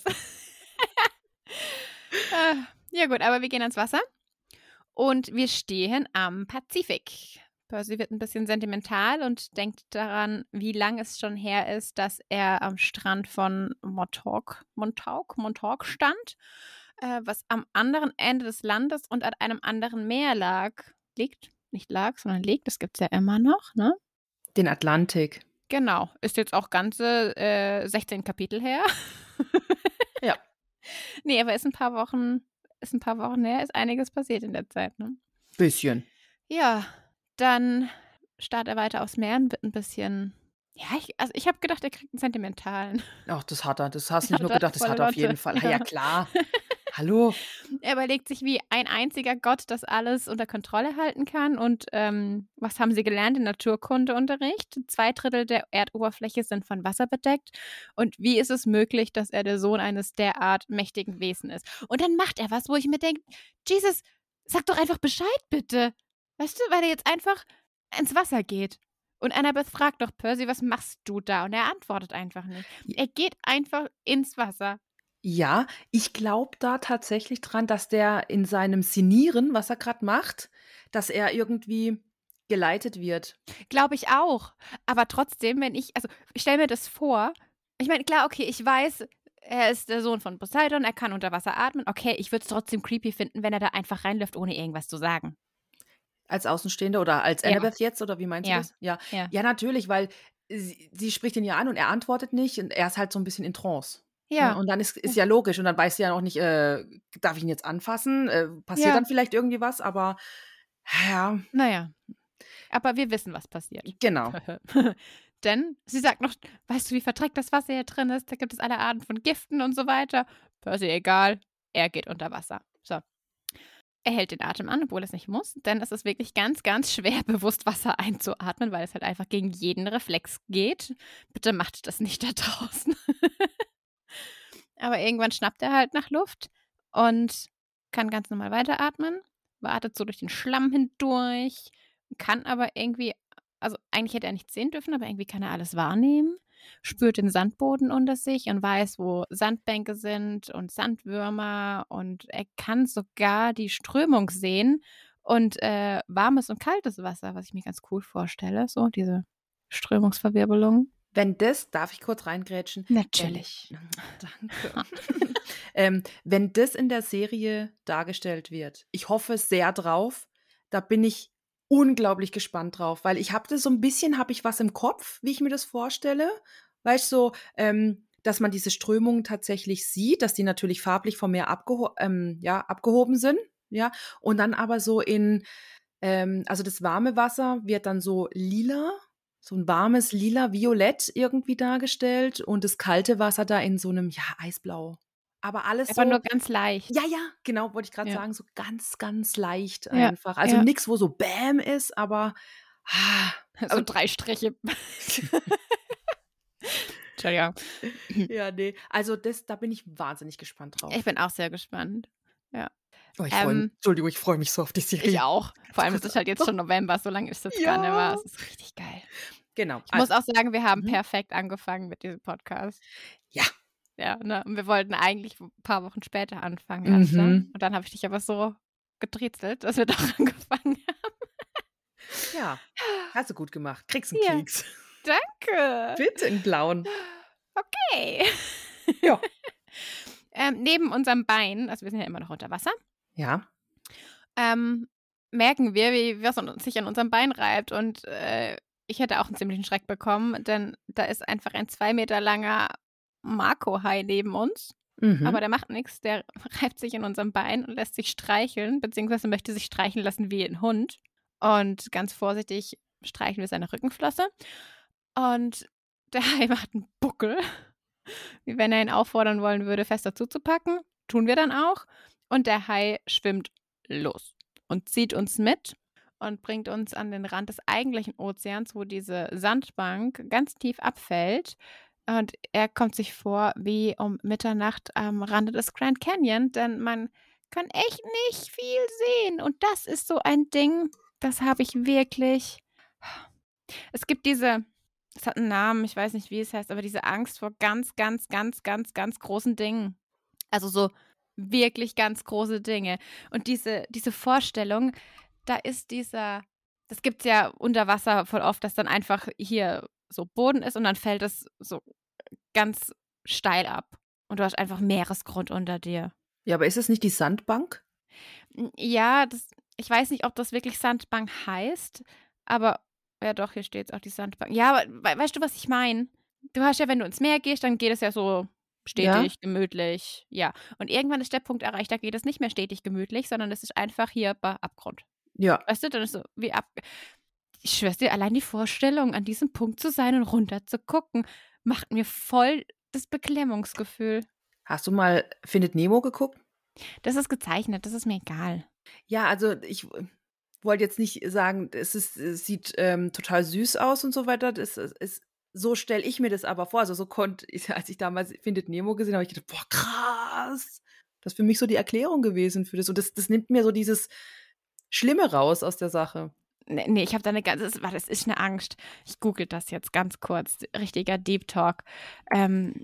äh, ja gut, aber wir gehen ans Wasser und wir stehen am Pazifik. Percy wird ein bisschen sentimental und denkt daran, wie lange es schon her ist, dass er am Strand von Montauk, Montauk, Montauk stand, äh, was am anderen Ende des Landes und an einem anderen Meer lag. Liegt? Nicht lag, sondern liegt. Das gibt es ja immer noch, ne? Den Atlantik. Genau. Ist jetzt auch ganze äh, sechzehn Kapitel her. Ja. Nee, aber ist ein paar Wochen, ist ein paar Wochen her, ist einiges passiert in der Zeit, ne? Bisschen. Ja, dann starrt er weiter aufs Meer und wird ein bisschen. Ja, ich, also ich habe gedacht, er kriegt einen sentimentalen. Ach, das hat er. Das hast du nicht Ja, nur das gedacht, das volle hat er auf Lotte. jeden Fall. Ja, Ja. ja klar. Hallo. Er überlegt sich, wie ein einziger Gott das alles unter Kontrolle halten kann. Und ähm, was haben sie gelernt im Naturkundeunterricht? Zwei Drittel der Erdoberfläche sind von Wasser bedeckt. Und wie ist es möglich, dass er der Sohn eines derart mächtigen Wesen ist? Und dann macht er was, wo ich mir denke, Jesus, sag doch einfach Bescheid, bitte. Weißt du, weil er jetzt einfach ins Wasser geht. Und Annabeth fragt doch Percy, was machst du da? Und er antwortet einfach nicht. Er geht einfach ins Wasser. Ja, ich glaube da tatsächlich dran, dass der in seinem Sinieren, was er gerade macht, dass er irgendwie geleitet wird. Glaube ich auch. Aber trotzdem, wenn ich, also ich stelle mir das vor, ich meine, klar, okay, ich weiß, er ist der Sohn von Poseidon, er kann unter Wasser atmen. Okay, ich würde es trotzdem creepy finden, wenn er da einfach reinläuft, ohne irgendwas zu sagen. Als Außenstehende oder als Ja. Annabeth jetzt, oder wie meinst Ja. du das? Ja. Ja. Ja, natürlich, weil sie, sie spricht ihn ja an und er antwortet nicht und er ist halt so ein bisschen in Trance. Ja. Ne? Und dann ist, ist ja logisch und dann weiß sie ja noch nicht, äh, darf ich ihn jetzt anfassen? Äh, passiert Ja. dann vielleicht irgendwie was, aber ja, Naja. Aber wir wissen, was passiert. genau. Denn sie sagt noch, weißt du, wie verträgt das Wasser hier drin ist? Da gibt es alle Arten von Giften und so weiter. Percy, egal, er geht unter Wasser. So. Er hält den Atem an, obwohl er es nicht muss, denn es ist wirklich ganz, ganz schwer, bewusst Wasser einzuatmen, weil es halt einfach gegen jeden Reflex geht. Bitte macht das nicht da draußen. Aber irgendwann schnappt er halt nach Luft und kann ganz normal weiteratmen, wartet so durch den Schlamm hindurch, kann aber irgendwie, also eigentlich hätte er nichts sehen dürfen, aber irgendwie kann er alles wahrnehmen, spürt den Sandboden unter sich und weiß, wo Sandbänke sind und Sandwürmer und er kann sogar die Strömung sehen und äh, warmes und kaltes Wasser, was ich mir ganz cool vorstelle, so diese Strömungsverwirbelung. Wenn das, darf ich kurz reingrätschen? Natürlich. Wenn, danke. ähm, wenn das in der Serie dargestellt wird, ich hoffe sehr drauf, da bin ich unglaublich gespannt drauf, weil ich habe das so ein bisschen, habe ich was im Kopf, wie ich mir das vorstelle, weißt du, so, ähm, dass man diese Strömungen tatsächlich sieht, dass die natürlich farblich vom Meer abgeho ähm, ja, abgehoben sind, ja, und dann aber so in, ähm, also das warme Wasser wird dann so lila, so ein warmes lila-violett irgendwie dargestellt und das kalte Wasser da in so einem, ja, eisblau. Aber alles Aber so. nur ganz leicht. Ja, ja, genau, wollte ich gerade Ja. sagen, so ganz, ganz leicht Ja, einfach. Also ja. nichts, wo so Bäm ist, aber ah, So drei Striche. Entschuldigung. ja, nee. Also das, da bin ich wahnsinnig gespannt drauf. Ich bin auch sehr gespannt. Oh, ich freu, ähm, Entschuldigung, ich freue mich so auf die Serie. Ich auch. Vor allem, es ist halt jetzt schon November, so lange ist das gar nicht mehr. Ja. Es ist richtig geil. Genau. Ich muss auch sagen, wir haben Mhm. perfekt angefangen mit diesem Podcast. Ja. Ja, ne? Und wir wollten eigentlich ein paar Wochen später anfangen. Erst, ne? Mhm. Und dann habe ich dich aber so getriezelt, dass wir doch angefangen haben. Ja, hast du gut gemacht. Kriegst einen Ja. Keks. Danke. Bitte einen blauen. Okay. Ja. ähm, neben unserem Bein, also wir sind ja immer noch unter Wasser, Ja. ähm, merken wir, wie was an- sich an unserem Bein reibt. Und äh, ich hätte auch einen ziemlichen Schreck bekommen, denn da ist einfach ein zwei Meter langer Mako-Hai neben uns. Mhm. Aber der macht nichts, der reibt sich in unserem Bein und lässt sich streicheln, beziehungsweise möchte sich streicheln lassen wie ein Hund. Und ganz vorsichtig streichen wir seine Rückenflosse. Und der Hai macht einen Buckel, wie wenn er ihn auffordern wollen würde, fester zuzupacken. Tun wir dann auch. Und der Hai schwimmt los und zieht uns mit. und bringt uns an den Rand des eigentlichen Ozeans, wo diese Sandbank ganz tief abfällt. Und er kommt sich vor wie um Mitternacht am Rande des Grand Canyon, denn man kann echt nicht viel sehen. Und das ist so ein Ding, das habe ich wirklich. Es gibt diese, es hat einen Namen, ich weiß nicht, wie es heißt, aber diese Angst vor ganz, ganz, ganz, ganz, ganz großen Dingen. Also so wirklich ganz große Dinge. Und diese, diese Vorstellung, da ist dieser, das gibt es ja unter Wasser voll oft, dass dann einfach hier so Boden ist und dann fällt es so ganz steil ab. Und du hast einfach Meeresgrund unter dir. Ja, aber ist es nicht die Sandbank? Ja, das, ich weiß nicht, ob das wirklich Sandbank heißt, aber ja doch, hier steht es auch die Sandbank. Ja, aber we- weißt du, was ich meine? Du hast ja, wenn du ins Meer gehst, dann geht es ja so stetig, Ja. gemütlich. Ja, und irgendwann ist der Punkt erreicht, da geht es nicht mehr stetig, gemütlich, sondern es ist einfach hier bei Abgrund. Ja. Weißt du, dann ist so wie ab. Ich schwör's dir, allein die Vorstellung, an diesem Punkt zu sein und runter zu gucken, macht mir voll das Beklemmungsgefühl. Hast du mal Findet Nemo geguckt? Das ist gezeichnet, das ist mir egal. Ja, also ich äh, wollte jetzt nicht sagen, es, ist, es sieht ähm, total süß aus und so weiter. Das ist, ist, so stelle ich mir das aber vor. Also so konnte ich, als ich damals Findet Nemo gesehen habe, habe ich gedacht, boah, krass. Das ist für mich so die Erklärung gewesen für das. Und das, das nimmt mir so dieses Schlimme raus aus der Sache. Nee, nee ich habe da eine ganze, das, warte, das ist eine Angst. Ich google das jetzt ganz kurz. Richtiger Deep Talk. Ähm,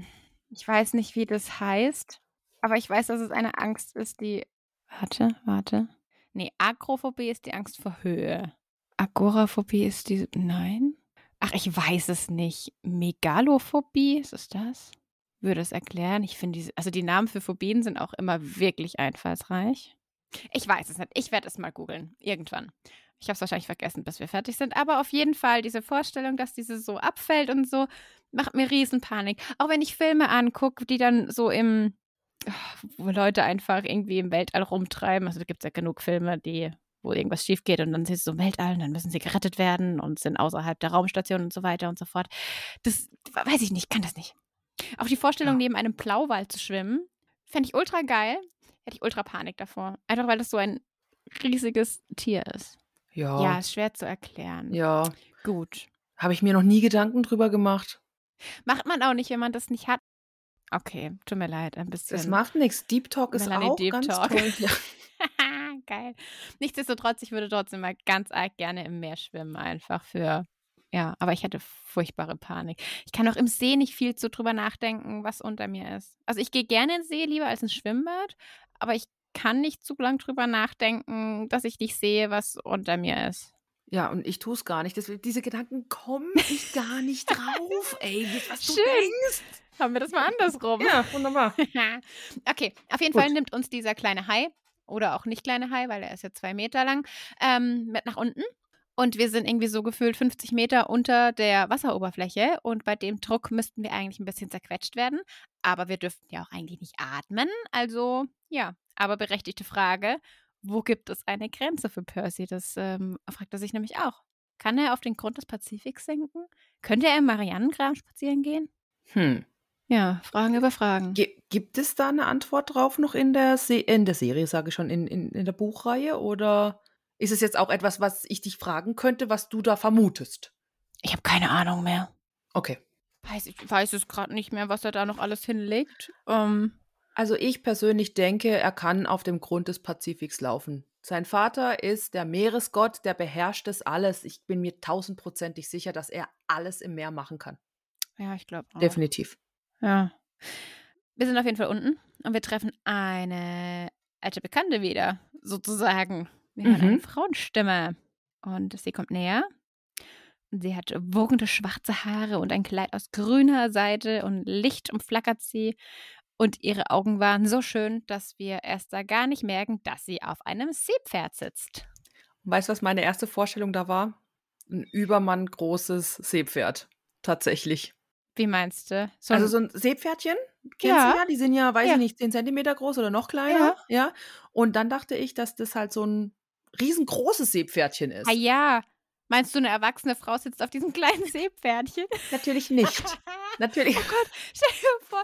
ich weiß nicht, wie das heißt, aber ich weiß, dass es eine Angst ist, die. Warte, warte. Nee, Agrophobie ist die Angst vor Höhe. Agoraphobie ist die. Nein? Ach, ich weiß es nicht. Megalophobie, ist es das? Würde es erklären. Ich finde, diese, also die Namen für Phobien sind auch immer wirklich einfallsreich. Ich weiß es nicht. Ich werde es mal googeln. Irgendwann. Ich habe es wahrscheinlich vergessen, bis wir fertig sind. Aber auf jeden Fall diese Vorstellung, dass diese so abfällt und so, macht mir riesen Panik. Auch wenn ich Filme angucke, die dann so im, wo Leute einfach irgendwie im Weltall rumtreiben. Also da gibt es ja genug Filme, die, wo irgendwas schief geht und dann sind sie so im Weltall und dann müssen sie gerettet werden und sind außerhalb der Raumstation und so weiter und so fort. Das weiß ich nicht, kann das nicht. Auch die Vorstellung, Ja. neben einem Blauwal zu schwimmen, fände ich ultra geil. Hätte ich ultra Panik davor. Einfach weil das so ein riesiges Tier ist. Ja. Ja, ist schwer zu erklären. Ja. Gut. Habe ich mir noch nie Gedanken drüber gemacht. Macht man auch nicht, wenn man das nicht hat. Okay, tut mir leid, ein bisschen. Das macht nichts. Deep Talk ist Melanie auch Deep ganz Talk. toll. Ja. Geil. Nichtsdestotrotz, ich würde trotzdem mal ganz arg gerne im Meer schwimmen, einfach für, ja, aber ich hätte furchtbare Panik. Ich kann auch im See nicht viel zu drüber nachdenken, was unter mir ist. Also ich gehe gerne in den See, lieber als ins Schwimmbad, aber ich kann nicht zu lang drüber nachdenken, dass ich nicht sehe, was unter mir ist. Ja, und ich tue es gar nicht. Das, diese Gedanken kommen ich gar nicht drauf. Ey, was du Schön. denkst. Haben wir das mal andersrum? Ja, wunderbar. Okay, auf jeden Gut. Fall nimmt uns dieser kleine Hai, oder auch nicht kleine Hai, weil er ist ja zwei Meter lang, ähm, mit nach unten. Und wir sind irgendwie so gefühlt fünfzig Meter unter der Wasseroberfläche. Und bei dem Druck müssten wir eigentlich ein bisschen zerquetscht werden. Aber wir dürften ja auch eigentlich nicht atmen. Also, ja, aber berechtigte Frage, wo gibt es eine Grenze für Percy? Das ähm, fragt er sich nämlich auch. Kann er auf den Grund des Pazifiks senken? Könnte er im Marianengraben spazieren gehen? Hm. Ja, Fragen über Fragen. Ge- Gibt es da eine Antwort drauf noch in der, Se in der Serie, sage ich schon, in, in, in der Buchreihe? Oder ist es jetzt auch etwas, was ich dich fragen könnte, was du da vermutest? Ich habe keine Ahnung mehr. Okay. Weiß, ich weiß es gerade nicht mehr, was er da noch alles hinlegt. Ähm, Also ich persönlich denke, er kann auf dem Grund des Pazifiks laufen. Sein Vater ist der Meeresgott, der beherrscht das alles. Ich bin mir tausendprozentig sicher, dass er alles im Meer machen kann. ja, ich glaube auch. Definitiv. Ja. Wir sind auf jeden Fall unten und wir treffen eine alte Bekannte wieder, sozusagen. Wir hören Mhm. eine Frauenstimme. Und sie kommt näher. Und sie hat wogende schwarze Haare und ein Kleid aus grüner Seide und Licht umflackert sie. Und ihre Augen waren so schön, dass wir erst da gar nicht merken, dass sie auf einem Seepferd sitzt. Weißt du, was meine erste Vorstellung da war? Ein Übermann großes Seepferd. Tatsächlich. Wie meinst du? So Also ein- so ein Seepferdchen, kennst Ja. du ja, die sind ja, weiß Ja. ich nicht, zehn Zentimeter groß oder noch kleiner. Ja. Und dann dachte ich, dass das halt so ein riesengroßes Seepferdchen ist. Ah ja, meinst du, eine erwachsene Frau sitzt auf diesem kleinen Seepferdchen? Natürlich nicht. Natürlich. Oh Gott, stell dir vor, sie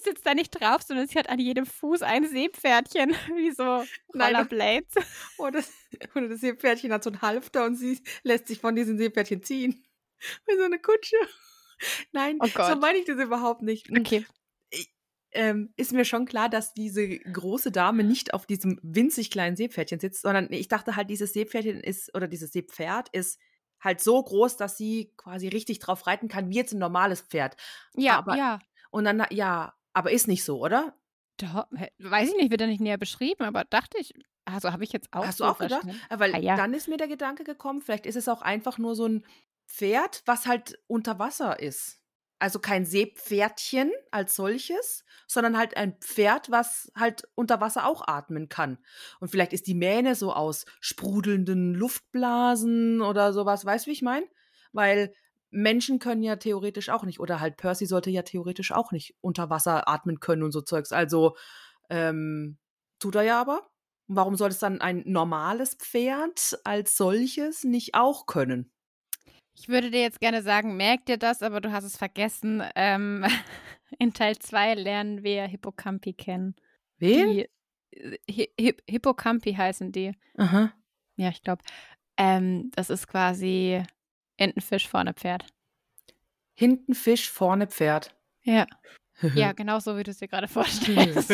sitzt da nicht drauf, sondern sie hat an jedem Fuß ein Seepferdchen, wie so Rollerblades. Oder, oder das Seepferdchen hat so einen Halfter und sie lässt sich von diesem Seepferdchen ziehen. Wie so eine Kutsche. Nein, Oh so Gott. meine ich das überhaupt nicht. Okay. Ich, ähm, ist mir schon klar, dass diese große Dame nicht auf diesem winzig kleinen Seepferdchen sitzt, sondern ich dachte halt, dieses Seepferdchen ist, oder dieses Seepferd ist halt so groß, dass sie quasi richtig drauf reiten kann, wie jetzt ein normales Pferd. Ja, aber, ja. Und dann, ja, aber ist nicht so, oder? Doch, hä, weiß ich nicht, wird ja nicht näher beschrieben, aber dachte ich, also habe ich jetzt auch Hast so du auch gedacht? verstanden. Ja, weil Ah, ja. dann ist mir der Gedanke gekommen, vielleicht ist es auch einfach nur so ein Pferd, was halt unter Wasser ist. Also kein Seepferdchen als solches, sondern halt ein Pferd, was halt unter Wasser auch atmen kann. Und vielleicht ist die Mähne so aus sprudelnden Luftblasen oder sowas. Weißt du, wie ich meine? Weil Menschen können ja theoretisch auch nicht, oder halt Percy sollte ja theoretisch auch nicht unter Wasser atmen können und so Zeugs. Also ähm, tut er ja aber. Warum soll es dann ein normales Pferd als solches nicht auch können? Ich würde dir jetzt gerne sagen, merk dir das, aber du hast es vergessen. Ähm, in Teil zwei lernen wir Hippocampi kennen. Wen? Die äh, Hi Hi Hippocampi heißen die. Aha. Ja, ich glaube. Ähm, das ist quasi Entenfisch vorne Pferd. Hinten Fisch, vorne Pferd. Ja. Ja, genau so, wie du es dir gerade vorstellst.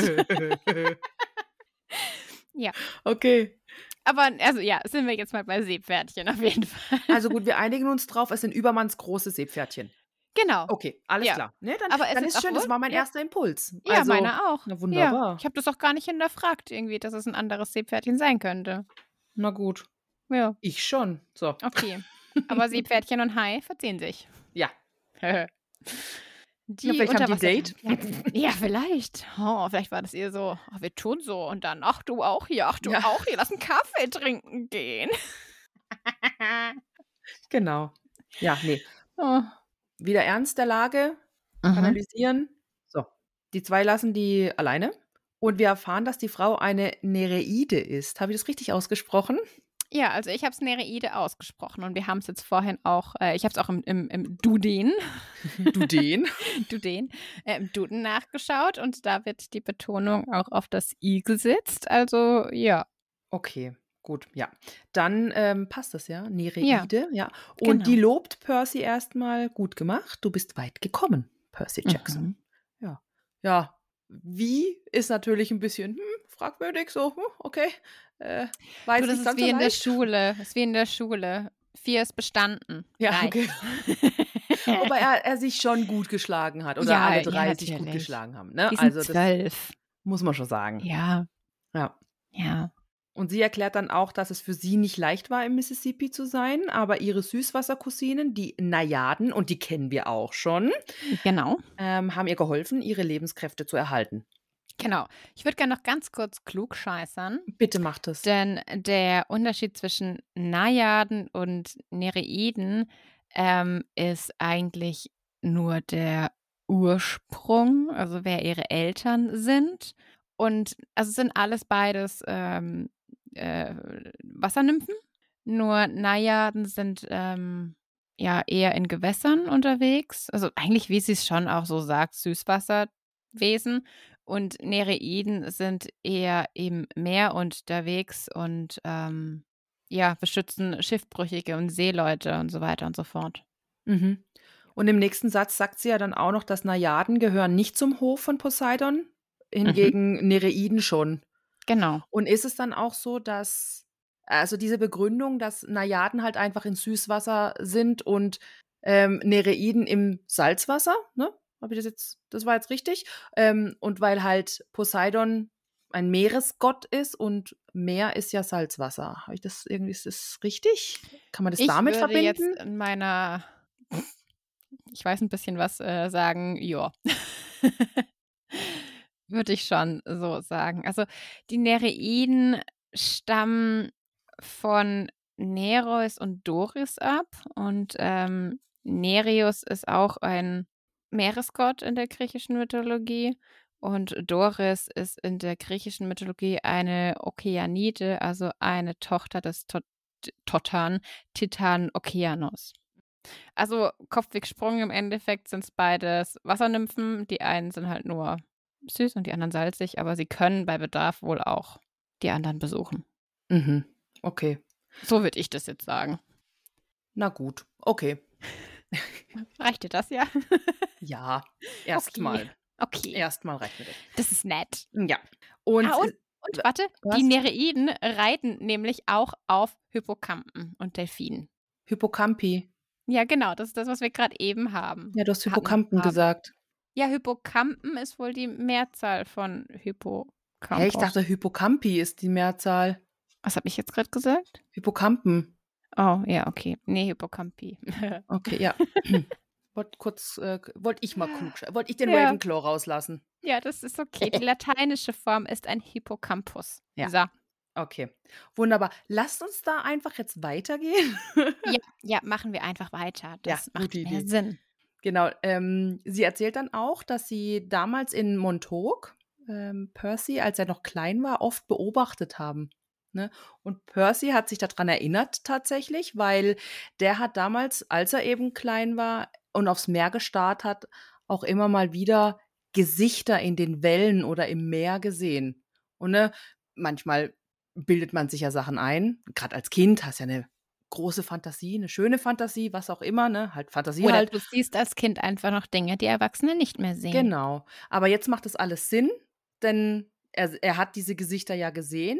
Ja. Okay. Aber also ja, sind wir jetzt mal bei Seepferdchen auf jeden Fall. Also gut, wir einigen uns drauf, es sind Übermanns große Seepferdchen. Genau. Okay, alles Ja. klar. Ne, dann Aber es dann ist ist auch schön, das wohl- war mein ja. erster Impuls. Ja, Also, meiner auch. Na wunderbar. Ja, ich habe das auch gar nicht hinterfragt, irgendwie, dass es ein anderes Seepferdchen sein könnte. Na gut. Ja, Ich schon. So. okay. Aber Seepferdchen und Hai verziehen sich. Ja. Die Ja, vielleicht haben die ein Unterwasser- Ja, vielleicht. Oh, vielleicht war das eher so, oh, wir tun so und dann, ach du auch hier, ach du Ja. auch hier, lass einen Kaffee trinken gehen. Genau. Ja, nee. Oh. Wieder ernst der Lage, Mhm. analysieren. So. Die zwei lassen die alleine. Und wir erfahren, dass die Frau eine Nereide ist. Habe ich das richtig ausgesprochen? Ja, also ich habe es Nereide ausgesprochen und wir haben es jetzt vorhin auch, äh, ich habe es auch im, im, im Duden, Du den? Duden, äh, im Duden nachgeschaut und da wird die Betonung auch auf das I gesetzt. Also ja, Okay, gut, ja. Dann ähm, passt das ja. Nereide, ja. Und genau. die lobt Percy erstmal, gut gemacht. Du bist weit gekommen, Percy Jackson. Mhm. Ja. Ja. Wie ist natürlich ein bisschen hm, fragwürdig, so, hm, okay. Äh, war Du, jetzt das nicht ist ganz wie so in der leicht. Schule, das ist wie in der Schule. Vier ist bestanden. Ja, Reicht. okay. Wobei er, er sich schon gut geschlagen hat. Oder Ja, alle ja, drei sich gut natürlich. geschlagen haben. Ne? Die sind Also das zwölf. muss man schon sagen. Ja, Ja. ja. Und sie erklärt dann auch, dass es für sie nicht leicht war, im Mississippi zu sein, aber ihre Süßwassercousinen, die Najaden, und die kennen wir auch schon, Genau. ähm, haben ihr geholfen, ihre Lebenskräfte zu erhalten. Genau. Ich würde gerne noch ganz kurz klugscheißern, Bitte macht es. denn der Unterschied zwischen Najaden und Nereiden ähm, ist eigentlich nur der Ursprung, also wer ihre Eltern sind. Und also es sind alles beides ähm, äh, Wassernymphen. Nur Najaden sind ähm, ja eher in Gewässern unterwegs. Also eigentlich, wie sie es schon auch so sagt, Süßwasserwesen. Und Nereiden sind eher im Meer unterwegs und ähm, ja, beschützen Schiffbrüchige und Seeleute und so weiter und so fort. Mhm. Und im nächsten Satz sagt sie ja dann auch noch, dass Najaden gehören nicht zum Hof von Poseidon, hingegen Nereiden schon. Genau. Und ist es dann auch so, dass, also diese Begründung, dass Najaden halt einfach in Süßwasser sind und ähm, Nereiden im Salzwasser, ne? Habe ich das jetzt, das war jetzt richtig? Ähm, und weil halt Poseidon ein Meeresgott ist und Meer ist ja Salzwasser. Habe ich das irgendwie, ist das richtig? Kann man das Ich damit würde verbinden? jetzt in meiner, ich weiß ein bisschen was äh, sagen, ja. Würde ich schon so sagen. Also die Nereiden stammen von Nereus und Doris ab und ähm, Nereus ist auch ein Meeresgott in der griechischen Mythologie und Doris ist in der griechischen Mythologie eine Okeanide, also eine Tochter des Tot Totan, Titan Okeanos. Also Kopfwegsprung im Endeffekt sind es beides Wassernymphen, die einen sind halt nur süß und die anderen salzig, aber sie können bei Bedarf wohl auch die anderen besuchen. Mhm. Okay. So würde ich das jetzt sagen. Na gut. Okay. Reicht dir das, ja? Ja, erstmal. Okay. Erstmal reicht mir das. Das ist nett. Ja. Und, ah, und, äh, und warte, was? die Nereiden reiten nämlich auch auf Hippokampen und Delfinen. Hippocampi. Ja, genau, das ist das, was wir gerade eben haben. Ja, du hast Hatten- Hippokampen haben. gesagt. Ja, Hippokampen ist wohl die Mehrzahl von Hippocampus. Hä, ich dachte, Hippocampi ist die Mehrzahl. Was habe ich jetzt gerade gesagt? Hippokampen. Oh, ja, okay. Nee, Hippocampi. Okay, ja. Wollte kurz, äh, wollte ich mal klug sein. Wollte ich den Ja. Ravenclaw rauslassen. Ja, das ist okay. Die lateinische Form ist ein Hippocampus. Ja. So. Okay, wunderbar. Lasst uns da einfach jetzt weitergehen. Ja, ja, machen wir einfach weiter. Das Ja, macht gute mehr Idee. Sinn. Genau, ähm, sie erzählt dann auch, dass sie damals in Montauk ähm, Percy, als er noch klein war, oft beobachtet haben. Ne? Und Percy hat sich daran erinnert tatsächlich, weil der hat damals, als er eben klein war und aufs Meer gestarrt hat, auch immer mal wieder Gesichter in den Wellen oder im Meer gesehen. Und ne, manchmal bildet man sich ja Sachen ein. Gerade als Kind hast du ja eine große Fantasie, eine schöne Fantasie, was auch immer, ne? Halt Fantasie Oder halt. du siehst als Kind einfach noch Dinge, die Erwachsene nicht mehr sehen. Genau. Aber jetzt macht das alles Sinn, denn er, er hat diese Gesichter ja gesehen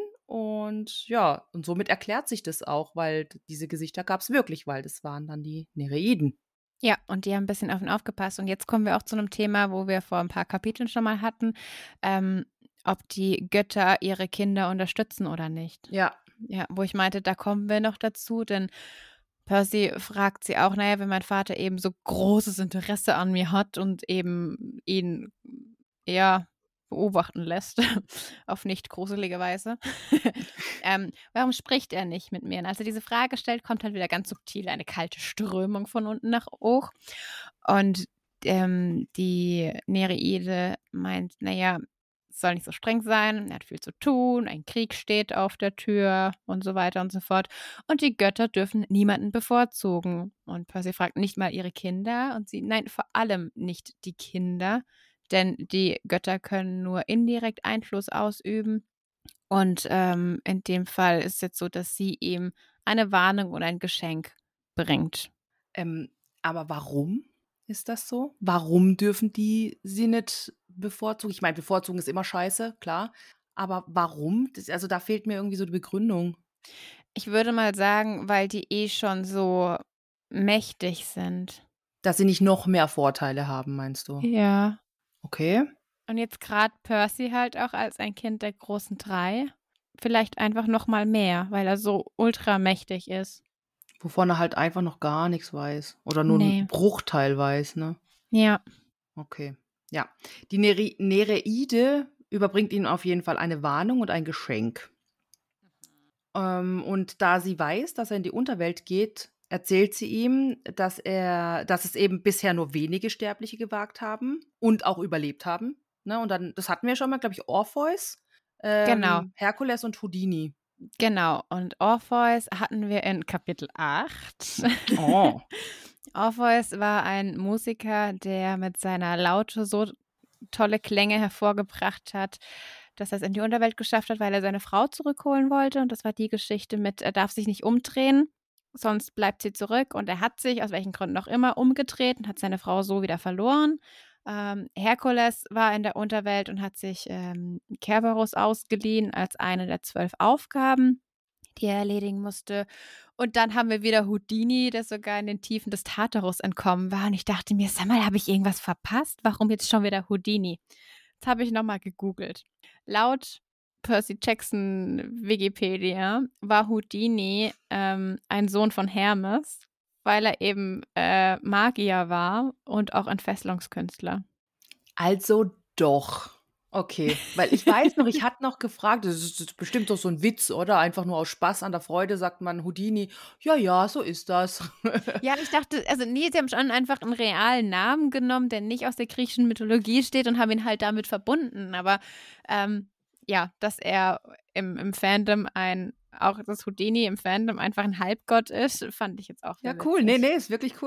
und ja, und somit erklärt sich das auch, weil d- diese Gesichter gab es wirklich, weil das waren dann die Nereiden. Ja, und die haben ein bisschen auf ihn aufgepasst. Und jetzt kommen wir auch zu einem Thema, wo wir vor ein paar Kapiteln schon mal hatten, ähm, ob die Götter ihre Kinder unterstützen oder nicht. Ja, Ja, wo ich meinte, da kommen wir noch dazu, denn Percy fragt sie auch, naja, wenn mein Vater eben so großes Interesse an mir hat und eben ihn eher beobachten lässt, auf nicht gruselige Weise, ähm, warum spricht er nicht mit mir? Und als er diese Frage stellt, kommt halt wieder ganz subtil eine kalte Strömung von unten nach hoch. Und ähm, die Nereide meint, naja, es soll nicht so streng sein, er hat viel zu tun, ein Krieg steht auf der Tür und so weiter und so fort. Und die Götter dürfen niemanden bevorzugen. Und Percy fragt nicht mal ihre Kinder und sie, nein, vor allem nicht die Kinder, denn die Götter können nur indirekt Einfluss ausüben. Und ähm, in dem Fall ist es jetzt so, dass sie ihm eine Warnung und ein Geschenk bringt. ähm, aber warum ist das so? Warum dürfen die sie nicht bevorzugen? Ich meine, bevorzugen ist immer scheiße, klar. Aber warum? Das, also da fehlt mir irgendwie so die Begründung. Ich würde mal sagen, weil die eh schon so mächtig sind. Dass sie nicht noch mehr Vorteile haben, meinst du? Ja. Okay. Und jetzt gerade Percy halt auch als ein Kind der großen drei. Vielleicht einfach noch mal mehr, weil er so ultramächtig ist. Wovon er halt einfach noch gar nichts weiß. Oder nur Nee. einen Bruchteil weiß, ne? Ja. Okay. Ja. Die Nere Nereide überbringt ihnen auf jeden Fall eine Warnung und ein Geschenk. Ähm, und da sie weiß, dass er in die Unterwelt geht, erzählt sie ihm, dass er, dass es eben bisher nur wenige Sterbliche gewagt haben und auch überlebt haben. Ne? Und dann, das hatten wir schon mal, glaube ich, Orpheus, ähm, Genau. Herkules und Houdini. Genau. Und Orpheus hatten wir in Kapitel acht. Oh. Orpheus war ein Musiker, der mit seiner Laute so tolle Klänge hervorgebracht hat, dass er es in die Unterwelt geschafft hat, weil er seine Frau zurückholen wollte. Und das war die Geschichte mit, er darf sich nicht umdrehen, sonst bleibt sie zurück. Und er hat sich, aus welchen Gründen auch immer, umgedreht und hat seine Frau so wieder verloren. Ähm, Herkules war in der Unterwelt und hat sich ähm, Kerberos ausgeliehen als eine der zwölf Aufgaben, die er erledigen musste. Und dann haben wir wieder Houdini, der sogar in den Tiefen des Tartarus entkommen war. Und ich dachte mir, sag mal, habe ich irgendwas verpasst? Warum jetzt schon wieder Houdini? Jetzt habe ich nochmal gegoogelt. Laut Percy Jackson Wikipedia war Houdini ähm, ein Sohn von Hermes, weil er eben äh, Magier war und auch Entfesselungskünstler. Also doch. Okay, weil ich weiß noch, ich hatte noch gefragt, das ist, das ist bestimmt doch so ein Witz, oder? Einfach nur aus Spaß an der Freude sagt man Houdini. Ja, ja, so ist das. Ja, ich dachte, also nee, sie haben schon einfach einen realen Namen genommen, der nicht aus der griechischen Mythologie steht und haben ihn halt damit verbunden. Aber ähm, ja, dass er im, im Fandom ein, auch das Houdini im Fandom einfach ein Halbgott ist, fand ich jetzt auch Ja, sehr cool. Nee, witzig. nee, ist wirklich cool.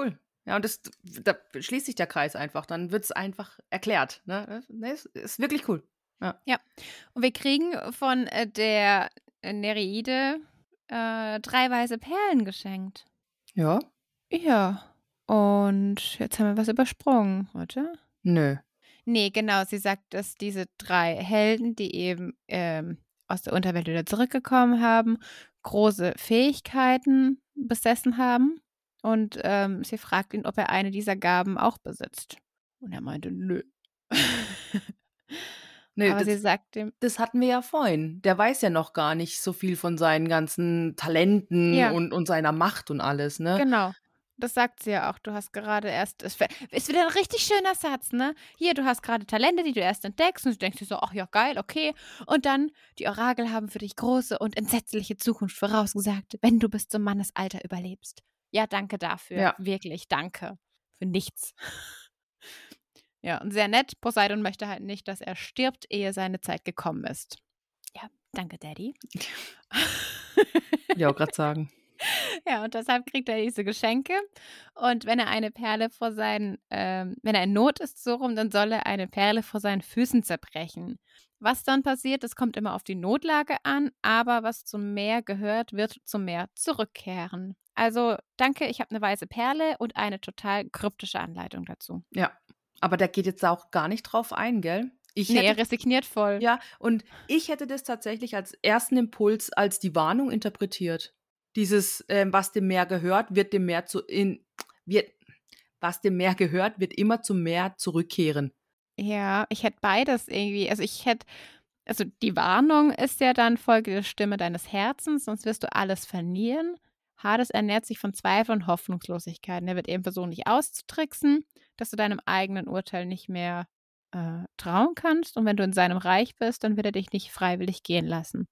Ja, und das, da schließt sich der Kreis einfach. Dann wird es einfach erklärt. Ne? Ne, ist, ist wirklich cool. Ja. Ja. Und wir kriegen von äh, der äh, Nereide äh, drei weiße Perlen geschenkt. Ja? Ja. Und jetzt haben wir was übersprungen, oder? Nö. Nee, genau. Sie sagt, dass diese drei Helden, die eben ähm, aus der Unterwelt wieder zurückgekommen haben, große Fähigkeiten besessen haben. Und ähm, sie fragt ihn, ob er eine dieser Gaben auch besitzt. Und er meinte, nö. Nö, Aber sie das, sagt ihm, das hatten wir ja vorhin. Der weiß ja noch gar nicht so viel von seinen ganzen Talenten Ja. und, und seiner Macht und alles, ne? genau. Das sagt sie ja auch. Du hast gerade erst. Es wär- ist wieder ein richtig schöner Satz, ne? Hier, du hast gerade Talente, die du erst entdeckst. Und du denkst dir so, ach ja, geil, okay. Und dann, die Orakel haben für dich große und entsetzliche Zukunft vorausgesagt, wenn du bis zum Mannesalter überlebst. Ja, danke dafür. Ja. Wirklich, danke. Für nichts. Ja, und sehr nett. Poseidon möchte halt nicht, dass er stirbt, ehe seine Zeit gekommen ist. Ja, danke, Daddy. Ja, auch gerade sagen. Ja, und deshalb kriegt er diese Geschenke. Und wenn er eine Perle vor seinen, ähm, wenn er in Not ist, so rum, dann soll er eine Perle vor seinen Füßen zerbrechen. Was dann passiert, das kommt immer auf die Notlage an, aber was zum Meer gehört, wird zum Meer zurückkehren. Also, danke, ich habe eine weiße Perle und eine total kryptische Anleitung dazu. Ja. Aber der geht jetzt auch gar nicht drauf ein, gell? Ich Nee, er hätte, resigniert voll. ja, und ich hätte das tatsächlich als ersten Impuls als die Warnung interpretiert. Dieses, ähm, was dem Meer gehört, wird dem Meer zu in wird, was dem Meer gehört, wird immer zum Meer zurückkehren. Ja, ich hätte beides irgendwie. Also ich hätte, also die Warnung ist ja dann Folge der Stimme deines Herzens, sonst wirst du alles verlieren. Hades ernährt sich von Zweifel und Hoffnungslosigkeit. Und er wird eben versuchen, dich auszutricksen, dass du deinem eigenen Urteil nicht mehr äh, trauen kannst. Und wenn du in seinem Reich bist, dann wird er dich nicht freiwillig gehen lassen.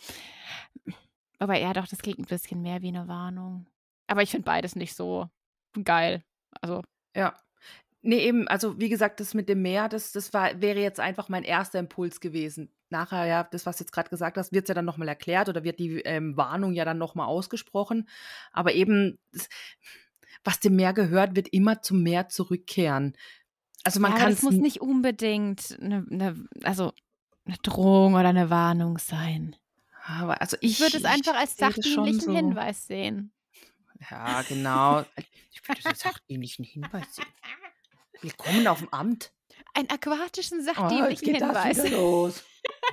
Aber ja, doch, das klingt ein bisschen mehr wie eine Warnung. Aber ich finde beides nicht so geil. Also, Ja. Nee, eben, also wie gesagt, das mit dem Meer, das, das war, wäre jetzt einfach mein erster Impuls gewesen. Nachher, ja, das, was du jetzt gerade gesagt hast, wird es ja dann nochmal erklärt oder wird die ähm, Warnung ja dann nochmal ausgesprochen. Aber eben, das, was dem Meer gehört, wird immer zum Meer zurückkehren. Also man ja, kann aber das muss nicht unbedingt eine, eine, also eine Drohung oder eine Warnung sein. Aber also Ich ich, würde es einfach als sehe das schon sachdienlichen so. Hinweis sehen. Ja, genau. Ich würde das als sachdienlichen Hinweis sehen. Willkommen auf dem Amt. Einen aquatischen, Oh, sachdienlichen Hinweis. los.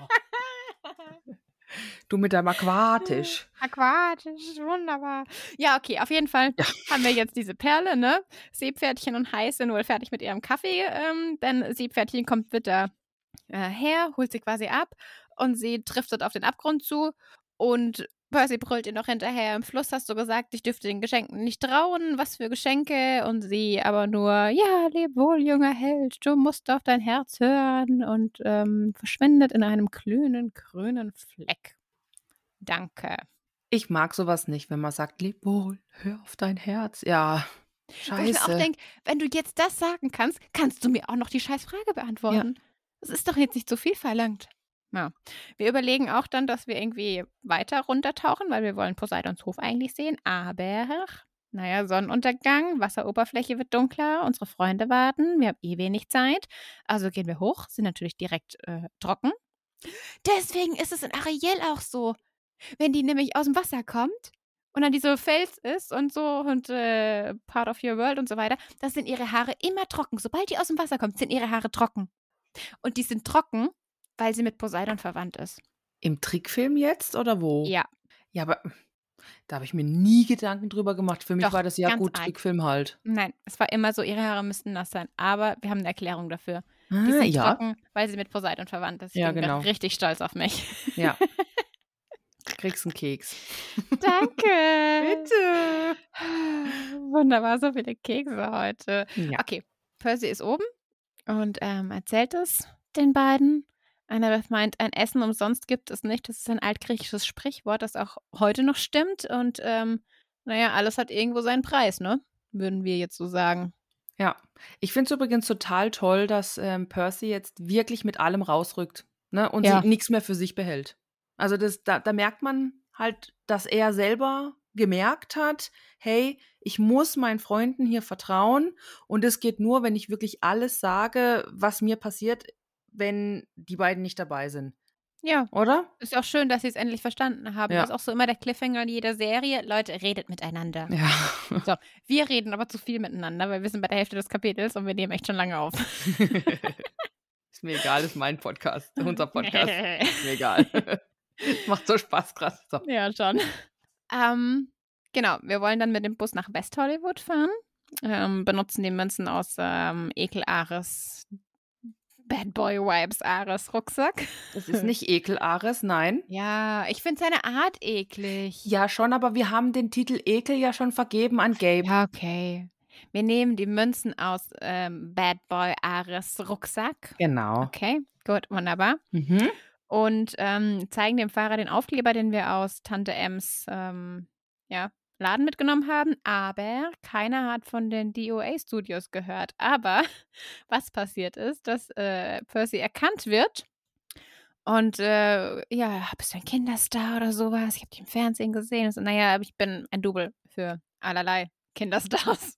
Du mit deinem Aquatisch. Aquatisch, wunderbar. Ja, okay, auf jeden Fall Ja. haben wir jetzt diese Perle, ne? Seepferdchen und Heiß sind wohl fertig mit ihrem Kaffee, ähm, denn Seepferdchen kommt wieder äh, her, holt sie quasi ab und sie driftet auf den Abgrund zu und Percy brüllt ihr noch hinterher, im Fluss hast du gesagt, ich dürfte den Geschenken nicht trauen, was für Geschenke? Und sie aber nur, ja, leb wohl, junger Held, du musst auf dein Herz hören und ähm, verschwindet in einem glühenden, grünen Fleck. Danke. Ich mag sowas nicht, wenn man sagt, leb wohl, hör auf dein Herz. Ja, Wo ich mir auch scheiße. denke, wenn du jetzt das sagen kannst, kannst du mir auch noch die scheiß Frage beantworten. Das ist doch jetzt nicht so viel verlangt. Ja. Wir überlegen auch dann, dass wir irgendwie weiter runtertauchen, weil wir wollen Poseidons Hof eigentlich sehen. Aber, naja, Sonnenuntergang, Wasseroberfläche wird dunkler, unsere Freunde warten, wir haben eh wenig Zeit. Also gehen wir hoch, sind natürlich direkt äh, trocken. Deswegen ist es in Ariel auch so. Wenn die nämlich aus dem Wasser kommt und dann diese Fels ist und so und äh, Part of your world und so weiter, da sind ihre Haare immer trocken. Sobald die aus dem Wasser kommt, sind ihre Haare trocken. Und die sind trocken, weil sie mit Poseidon verwandt ist. Im Trickfilm jetzt oder wo? Ja. Ja, aber da habe ich mir nie Gedanken drüber gemacht. Für mich Doch, war das ja ganz gut, arg. Trickfilm halt. Nein, es war immer so, ihre Haare müssten nass sein. Aber wir haben eine Erklärung dafür. Die Ah, sind ja. trocken, weil sie mit Poseidon verwandt ist. Ich Ja, bin genau. richtig stolz auf mich. Ja. Kriegst einen Keks. Danke. Bitte. Wunderbar, so viele Kekse heute. Ja. Okay, Percy ist oben und ähm, erzählt es den beiden. Annabeth meint, ein Essen umsonst gibt es nicht. Das ist ein altgriechisches Sprichwort, das auch heute noch stimmt. Und ähm, naja, alles hat irgendwo seinen Preis, ne? Würden wir jetzt so sagen. Ja. Ich finde es übrigens total toll, dass ähm, Percy jetzt wirklich mit allem rausrückt, ne? Und Ja. sie nichts mehr für sich behält. Also das, da, da merkt man halt, dass er selber gemerkt hat, hey, ich muss meinen Freunden hier vertrauen und es geht nur, wenn ich wirklich alles sage, was mir passiert, wenn die beiden nicht dabei sind. Ja. Oder? Ist auch schön, dass sie es endlich verstanden haben. Ja. Ist auch so immer der Cliffhanger in jeder Serie. Leute, redet miteinander. Ja. So, wir reden aber zu viel miteinander, weil wir sind bei der Hälfte des Kapitels und wir nehmen echt schon lange auf. Ist mir egal, ist mein Podcast, unser Podcast. Ist mir egal. Macht so Spaß, krass. So. Ja, schon. Ähm, genau, wir wollen dann mit dem Bus nach West Hollywood fahren, ähm, benutzen die Münzen aus ähm, Ekel Ares, Bad Boy Vibes Ares Rucksack. Das ist nicht Ekel Ares, nein. Ja, ich finde seine Art eklig. Ja, schon, aber wir haben den Titel Ekel ja schon vergeben an Gabe. Ja, okay. Wir nehmen die Münzen aus ähm, Bad Boy Ares Rucksack. Genau. Okay, gut, wunderbar. Mhm. Und ähm, zeigen dem Fahrer den Aufkleber, den wir aus Tante Ems ähm, ja, Laden mitgenommen haben. Aber keiner hat von den D O A-Studios gehört. Aber was passiert ist, dass äh, Percy erkannt wird. Und äh, ja, bist du ein Kinderstar oder sowas? Ich habe dich im Fernsehen gesehen. Und so, naja, ich bin ein Double für allerlei Kinderstars.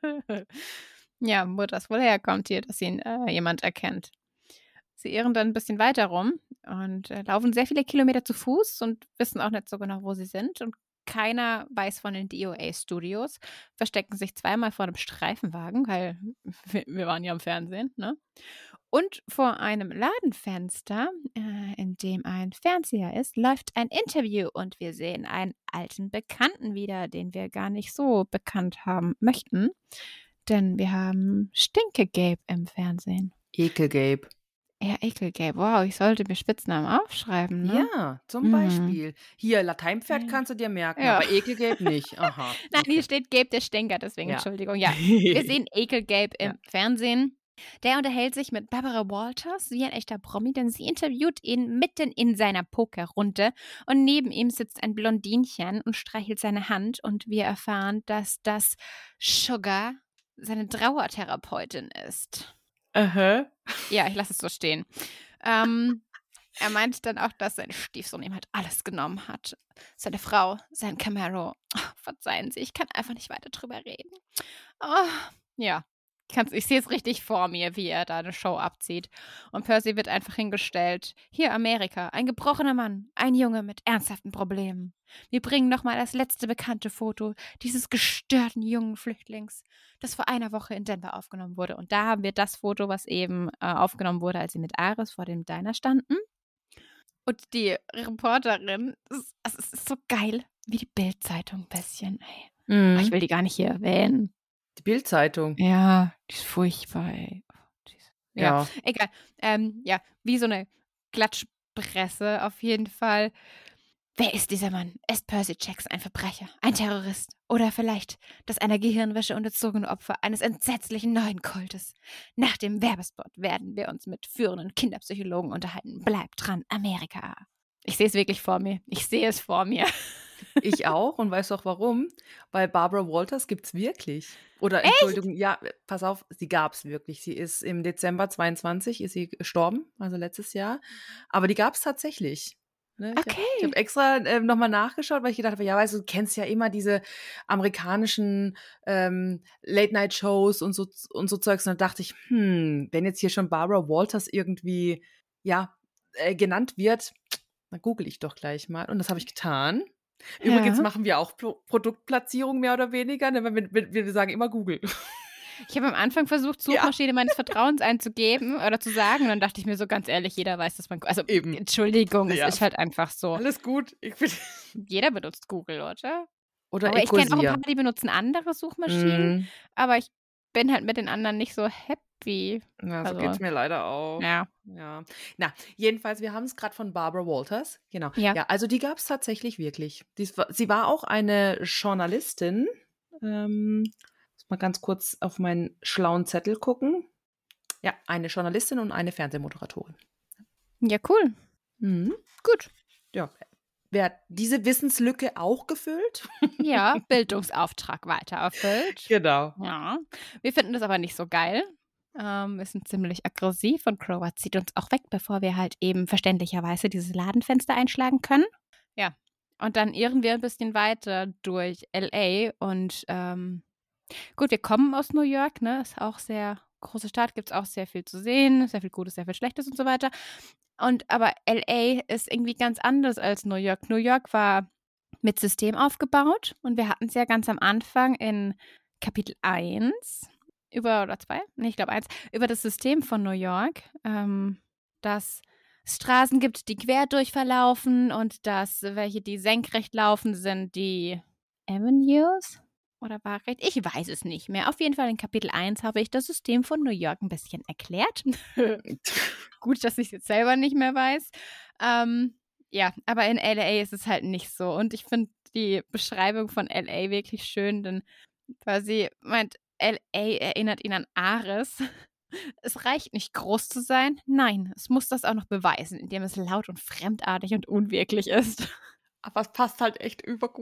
Ja, wo das wohl herkommt hier, dass ihn äh, jemand erkennt. Sie irren dann ein bisschen weiter rum und äh, laufen sehr viele Kilometer zu Fuß und wissen auch nicht so genau, wo sie sind. Und keiner weiß von den D O A-Studios, verstecken sich zweimal vor einem Streifenwagen, weil wir, wir waren ja im Fernsehen, ne? Und vor einem Ladenfenster, äh, in dem ein Fernseher ist, läuft ein Interview und wir sehen einen alten Bekannten wieder, den wir gar nicht so bekannt haben möchten. Denn wir haben Stinke-Gabe im Fernsehen. Ekel-Gabe. Ja, Ekel-Gabe. Wow, ich sollte mir Spitznamen aufschreiben, ne? Ja, zum Mhm. Beispiel. Hier, Lateinpferd Ja. kannst du dir merken, Ja. aber Ekel-Gabe nicht. Aha. Nein, okay. hier steht Gabe der Stinker, deswegen Ja. Entschuldigung. Ja, wir sehen Ekel-Gabe im Ja. Fernsehen. Der unterhält sich mit Barbara Walters, wie ein echter Promi, denn sie interviewt ihn mitten in seiner Pokerrunde und neben ihm sitzt ein Blondinchen und streichelt seine Hand und wir erfahren, dass das Sugar seine Trauertherapeutin ist. Aha. Ja, ich lasse es so stehen. Ähm, er meint dann auch, dass sein Stiefsohn ihm halt alles genommen hat. Seine Frau, sein Camaro. Oh, verzeihen Sie, ich kann einfach nicht weiter drüber reden. Oh, ja, ich, kann's- ich sehe es richtig vor mir, wie er da eine Show abzieht. Und Percy wird einfach hingestellt. Hier Amerika, ein gebrochener Mann, ein Junge mit ernsthaften Problemen. Wir bringen nochmal das letzte bekannte Foto dieses gestörten jungen Flüchtlings, das vor einer Woche in Denver aufgenommen wurde. Und da haben wir das Foto, was eben äh, aufgenommen wurde, als sie mit Ares vor dem Diner standen. Und die Reporterin, es ist, es ist so geil, wie die Bild-Zeitung ein bisschen. Ey. Mhm. Ich will die gar nicht hier erwähnen. Die Bild-Zeitung. Ja, die ist furchtbar. Ey. Oh, die ist- Ja, Ja. egal. Ähm, ja, wie so eine Klatschpresse auf jeden Fall. Wer ist dieser Mann? Ist Percy Jackson ein Verbrecher, ein Terrorist oder vielleicht das einer Gehirnwäsche unterzogene Opfer eines entsetzlichen neuen Kultes? Nach dem Werbespot werden wir uns mit führenden Kinderpsychologen unterhalten. Bleibt dran, Amerika. Ich sehe es wirklich vor mir. Ich sehe es vor mir. Ich auch. Und weißt du auch warum? Weil Barbara Walters gibt es wirklich. Oder Entschuldigung, ja, pass auf, sie gab es wirklich. Sie ist im Dezember zweiundzwanzig ist sie gestorben, also letztes Jahr. Aber die gab es tatsächlich. Ne? Ich Okay. habe ich hab extra ähm, nochmal nachgeschaut, weil ich gedacht habe, ja, weißt du, du kennst ja immer diese amerikanischen ähm, Late-Night-Shows und so, und so Zeugs. Und dann dachte ich, hm, wenn jetzt hier schon Barbara Walters irgendwie, ja, äh, genannt wird, dann google ich doch gleich mal. Und das habe ich getan. Übrigens Ja. machen wir auch Pro Produktplatzierung mehr oder weniger, ne? wir, wir, wir sagen immer Google. Ich habe am Anfang versucht, Ja. Suchmaschine meines Vertrauens einzugeben oder zu sagen. Und dann dachte ich mir so ganz ehrlich, jeder weiß, dass man. Also, Eben. Entschuldigung, Ja. es ist halt einfach so. Alles gut. Ich bin Jeder benutzt Google, oder? oder Aber ich kenne auch ein Ecosia. paar, die benutzen andere Suchmaschinen. Mm, Aber ich bin halt mit den anderen nicht so happy. ja, so Also, geht's mir leider auch. Ja. Ja. Na, jedenfalls, wir haben es gerade von Barbara Walters. Genau. Ja. Ja, also die gab es tatsächlich wirklich. Dies war, sie war auch eine Journalistin. Ähm, muss mal ganz kurz auf meinen schlauen Zettel gucken. Ja, eine Journalistin und eine Fernsehmoderatorin. Ja, cool. Mhm. Gut. Ja. Wer hat diese Wissenslücke auch gefüllt? Ja, Bildungsauftrag weiter erfüllt. Genau. Ja. Wir finden das aber nicht so geil. Ähm, wir sind ziemlich aggressiv und Crower zieht uns auch weg, bevor wir halt eben verständlicherweise dieses Ladenfenster einschlagen können. Ja. und dann irren wir ein bisschen weiter durch L A und ähm, gut, wir kommen aus New York, ne? Ist auch sehr große Stadt, gibt es auch sehr viel zu sehen, sehr viel Gutes, sehr viel Schlechtes und so weiter. Und aber L A ist irgendwie ganz anders als New York. New York war mit System aufgebaut und wir hatten es ja ganz am Anfang in Kapitel eins über, oder zwei? Nee, ich glaube eins, über das System von New York, ähm, dass es Straßen gibt, die quer durchverlaufen und dass welche, die senkrecht laufen, sind die Avenues oder waagerecht? Ich weiß es nicht mehr. Auf jeden Fall in Kapitel eins habe ich das System von New York ein bisschen erklärt. Gut, dass ich es jetzt selber nicht mehr weiß. Ähm, ja, aber in L A ist es halt nicht so. Und ich finde die Beschreibung von L A wirklich schön, denn quasi meint, L A erinnert ihn an Ares. Es reicht nicht, groß zu sein. Nein, es muss das auch noch beweisen, indem es laut und fremdartig und unwirklich ist. Aber es passt halt echt übergut.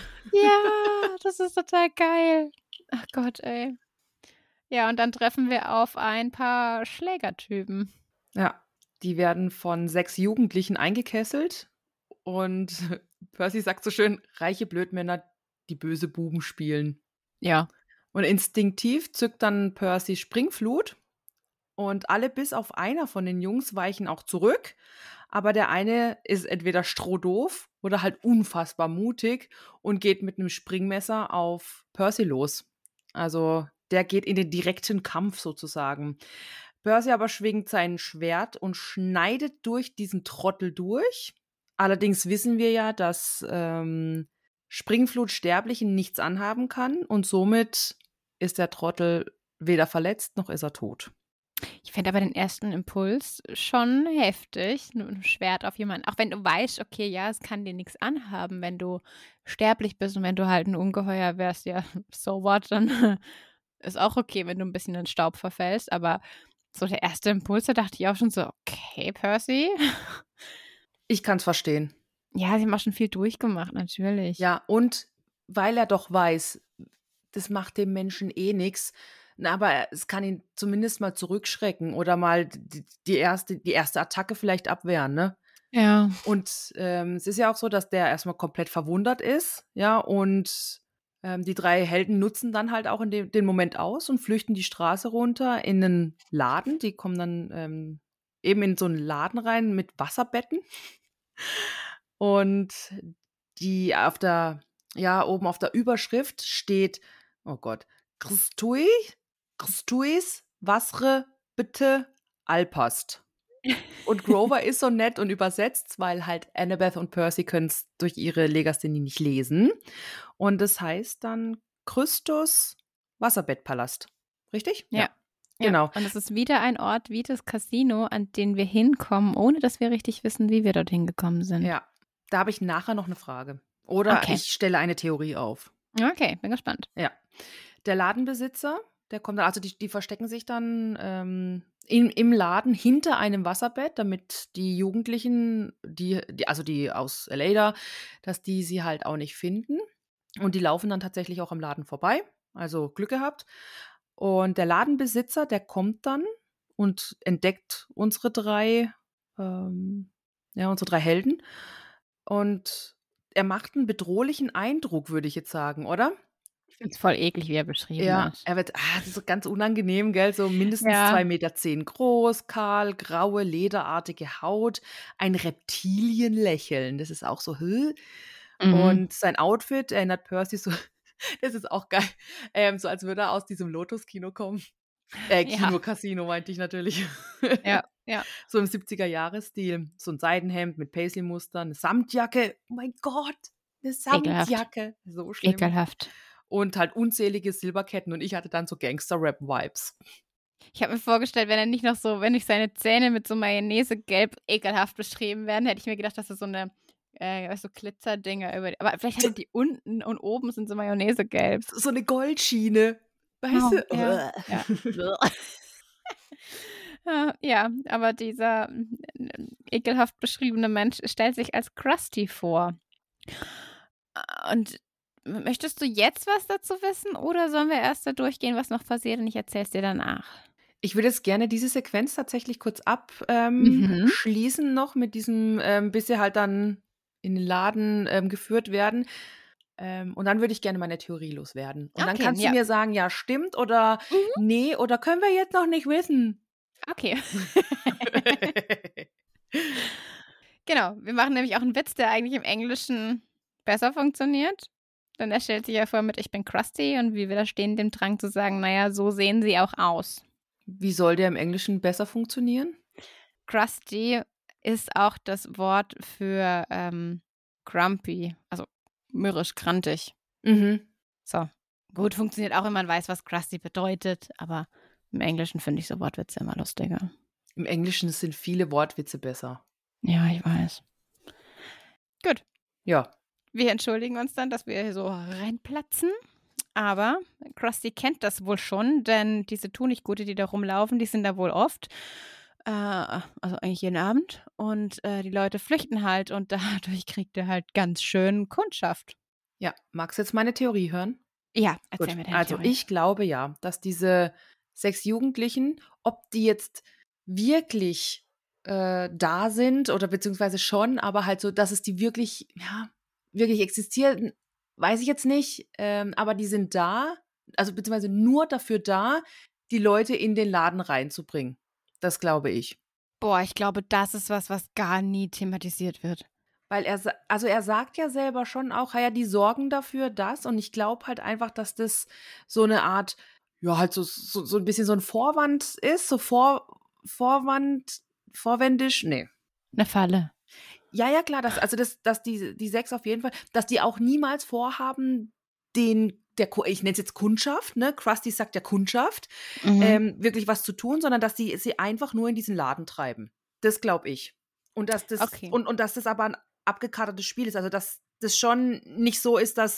Ja, das ist total geil. Ach Gott, ey. Ja, und dann treffen wir auf ein paar Schlägertypen. Ja, die werden von sechs Jugendlichen eingekesselt und Percy sagt so schön, reiche Blödmänner, die böse Buben spielen. Ja. Und instinktiv zückt dann Percy Springflut und alle bis auf einer von den Jungs weichen auch zurück. Aber der eine ist entweder strohdoof oder halt unfassbar mutig und geht mit einem Springmesser auf Percy los. Also der geht in den direkten Kampf sozusagen. Percy aber schwingt sein Schwert und schneidet durch diesen Trottel durch. Allerdings wissen wir ja, dass ähm, Springflut Sterblichen nichts anhaben kann und somit ist der Trottel weder verletzt noch ist er tot. Ich finde aber den ersten Impuls schon heftig, mit einem Schwert auf jemanden. Auch wenn du weißt, okay, ja, es kann dir nichts anhaben, wenn du sterblich bist und wenn du halt ein Ungeheuer wärst, ja, so what, dann ist auch okay, wenn du ein bisschen in den Staub verfällst. Aber so der erste Impuls, da dachte ich auch schon so, okay, Percy. Ich kann es verstehen. Ja, sie haben auch schon viel durchgemacht, natürlich. Ja, und weil er doch weiß, das macht dem Menschen eh nichts, aber es kann ihn zumindest mal zurückschrecken oder mal die, die, erste, die erste Attacke vielleicht abwehren, ne? Ja. Und ähm, es ist ja auch so, dass der erstmal komplett verwundert ist, ja, und ähm, die drei Helden nutzen dann halt auch in de- den Moment aus und flüchten die Straße runter in einen Laden. Die kommen dann ähm, eben in so einen Laden rein mit Wasserbetten. Und die auf der, ja, oben auf der Überschrift steht, oh Gott, Christui, Christuis, Wasre, bitte, Alpast. Und Grover ist so nett und übersetzt, weil halt Annabeth und Percy können es durch ihre Legasthenie nicht lesen. Und das heißt dann Christus Wasserbettpalast. Richtig? Ja. Ja, genau. Und es ist wieder ein Ort wie das Casino, an den wir hinkommen, ohne dass wir richtig wissen, wie wir dorthin gekommen sind. Ja, da habe ich nachher noch eine Frage. Oder Okay. ich stelle eine Theorie auf. Okay, bin gespannt. Ja. Der Ladenbesitzer, der kommt dann, also die, die verstecken sich dann ähm, im, im Laden hinter einem Wasserbett, damit die Jugendlichen, die, die, also die aus L A da, dass die sie halt auch nicht finden. Und die laufen dann tatsächlich auch am Laden vorbei. Also Glück gehabt. Und der Ladenbesitzer, der kommt dann und entdeckt unsere drei, ähm, ja, unsere drei Helden. Und er macht einen bedrohlichen Eindruck, würde ich jetzt sagen, oder? Ich finde es voll eklig, wie er beschrieben Ja, hat. er wird, ah, das ist so ganz unangenehm, gell? So mindestens Ja. zwei Meter zehn groß, kahl, graue, lederartige Haut, ein Reptilienlächeln. Das ist auch so, hä? Mhm. Und sein Outfit erinnert Percy so, das ist auch geil, ähm, so als würde er aus diesem Lotus-Kino kommen. Äh, Ja. Kino-Casino meinte ich natürlich. Ja, ja. So im siebziger-Jahres-Stil. So ein Seidenhemd mit Paisley-Muster, eine Samtjacke. Oh mein Gott, eine Ekelhaft. Samtjacke. So schlimm. Ekelhaft. Und halt unzählige Silberketten und ich hatte dann so Gangster-Rap-Vibes. Ich habe mir vorgestellt, wenn er nicht noch so, wenn nicht seine Zähne mit so Mayonnaise gelb ekelhaft beschrieben werden, hätte ich mir gedacht, dass er so eine, äh, weißt du, so Glitzerdinger über. Aber vielleicht hat er die unten und oben sind so Mayonnaise gelb. So eine Goldschiene. Weißt du? Oh, ja, ja. Äh, Ja, aber dieser äh, ekelhaft beschriebene Mensch stellt sich als Krusty vor. Und möchtest du jetzt was dazu wissen oder sollen wir erst da durchgehen, was noch passiert und ich erzähl's dir danach? Ich würde jetzt gerne diese Sequenz tatsächlich kurz abschließen ähm, Mhm. schließen noch mit diesem, ähm, bis sie halt dann in den Laden ähm, geführt werden. Ähm, und dann würde ich gerne meine Theorie loswerden. Und dann Okay, kannst ja. du mir sagen, ja, stimmt oder Mhm. nee oder können wir jetzt noch nicht wissen. Okay. Genau, wir machen nämlich auch einen Witz, der eigentlich im Englischen besser funktioniert. Denn er stellt sich ja vor mit, ich bin Krusty und wir widerstehen dem Drang zu sagen, naja, so sehen sie auch aus. Wie soll der im Englischen besser funktionieren? Krusty ist auch das Wort für ähm, grumpy, also mürrisch, grantig. Mhm. So, gut, funktioniert auch, wenn man weiß, was Krusty bedeutet, aber im Englischen finde ich so Wortwitze immer lustiger. Im Englischen sind viele Wortwitze besser. Ja, ich weiß. Gut. Ja. Wir entschuldigen uns dann, dass wir hier so reinplatzen. Aber Krusty kennt das wohl schon, denn diese Tunichtgute, die da rumlaufen, die sind da wohl oft. Äh, also eigentlich jeden Abend. Und äh, die Leute flüchten halt und dadurch kriegt er halt ganz schön Kundschaft. Ja, magst du jetzt meine Theorie hören? Ja, erzähl Gut. mir deine Also Theorie. ich glaube ja, dass diese sechs Jugendlichen, ob die jetzt wirklich äh, da sind oder beziehungsweise schon, aber halt so, dass es die wirklich, ja, wirklich existieren, weiß ich jetzt nicht. Ähm, aber die sind da, also beziehungsweise nur dafür da, die Leute in den Laden reinzubringen. Das glaube ich. Boah, ich glaube, das ist was, was gar nie thematisiert wird. Weil er, sa- also er sagt ja selber schon auch, ja, die sorgen dafür, das. Und ich glaube halt einfach, dass das so eine Art, ja, halt so, so, so ein bisschen so ein Vorwand ist, so Vor, Vorwand, vorwendisch, nee. Eine Falle. Ja, ja, klar, dass, also das, dass die, die sechs auf jeden Fall, dass die auch niemals vorhaben, den, der, Ku- ich nenne es jetzt Kundschaft, ne? Krusty sagt ja Kundschaft, Mhm. ähm, wirklich was zu tun, sondern dass die sie einfach nur in diesen Laden treiben. Das glaube ich. Und dass das, Okay. und, und dass das aber ein abgekartetes Spiel ist. Also dass das schon nicht so ist, dass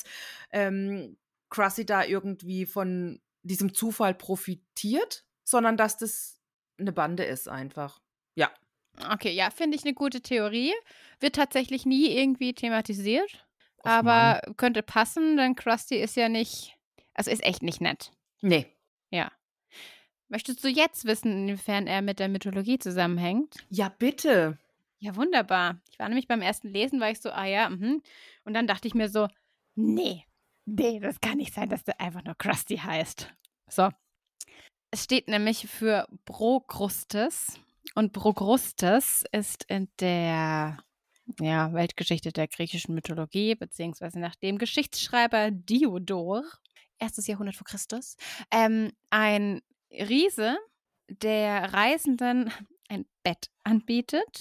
ähm, Krusty da irgendwie von diesem Zufall profitiert, sondern dass das eine Bande ist einfach. Ja. Okay, ja, finde ich eine gute Theorie. Wird tatsächlich nie irgendwie thematisiert, Och, aber könnte passen, denn Krusty ist ja nicht, also ist echt nicht nett. Nee. Ja. Möchtest du jetzt wissen, inwiefern er mit der Mythologie zusammenhängt? Ja, bitte. Ja, wunderbar. Ich war nämlich beim ersten Lesen, war ich so, ah ja, mhm. Und dann dachte ich mir so, nee, nee, das kann nicht sein, dass der einfach nur Krusty heißt. So. Es steht nämlich für Prokrustes. Und Prokrustes ist in der ja, Weltgeschichte der griechischen Mythologie, beziehungsweise nach dem Geschichtsschreiber Diodor, erstes Jahrhundert vor Christus, ähm, ein Riese, der Reisenden ein Bett anbietet.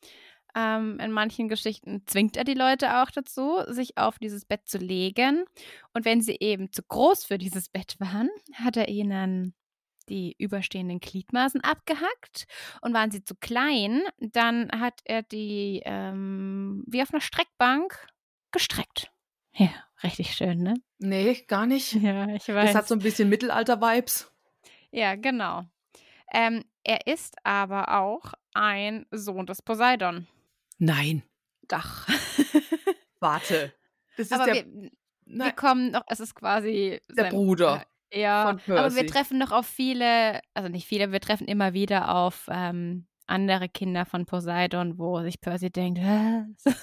Ähm, in manchen Geschichten zwingt er die Leute auch dazu, sich auf dieses Bett zu legen. Und wenn sie eben zu groß für dieses Bett waren, hat er ihnen die überstehenden Gliedmaßen abgehackt. Und waren sie zu klein, dann hat er die ähm, wie auf einer Streckbank gestreckt. Ja, richtig schön, ne? Nee, gar nicht. Ja, ich weiß. Das hat so ein bisschen Mittelalter-Vibes. Ja, genau. Ähm, er ist aber auch ein Sohn des Poseidon. Nein. Doch. Warte. Das ist aber der, wir, wir nein, kommen noch, es ist quasi der sein- Bruder. Äh, ja, von aber wir Percy. treffen noch auf viele, also nicht viele, wir treffen immer wieder auf ähm, andere Kinder von Poseidon, wo sich Percy denkt, was?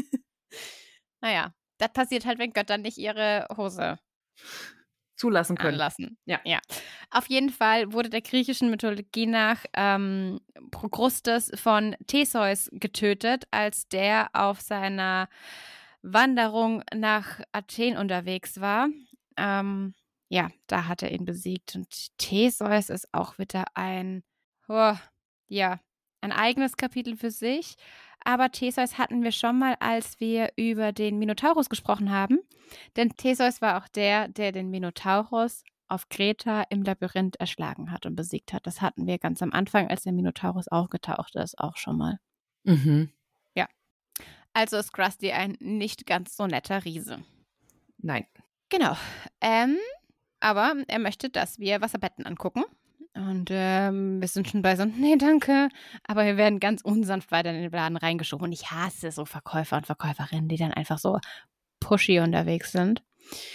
Naja, das passiert halt, wenn Götter nicht ihre Hose Zulassen können. anlassen. Ja. ja. Auf jeden Fall wurde der griechischen Mythologie nach ähm, Prokrustes von Theseus getötet, als der auf seiner Wanderung nach Athen unterwegs war. Ähm, ja, da hat er ihn besiegt. Und Theseus ist auch wieder ein, oh, ja, ein eigenes Kapitel für sich. Aber Theseus hatten wir schon mal, als wir über den Minotaurus gesprochen haben. Denn Theseus war auch der, der den Minotaurus auf Kreta im Labyrinth erschlagen hat und besiegt hat. Das hatten wir ganz am Anfang, als der Minotaurus aufgetaucht ist, auch schon mal. Mhm. Ja. Also ist Krusty ein nicht ganz so netter Riese. Nein. Genau. Ähm, aber er möchte, dass wir Wasserbetten angucken. Und ähm, wir sind schon bei so, nee, danke. Aber wir werden ganz unsanft weiter in den Laden reingeschoben. Und ich hasse so Verkäufer und Verkäuferinnen, die dann einfach so pushy unterwegs sind.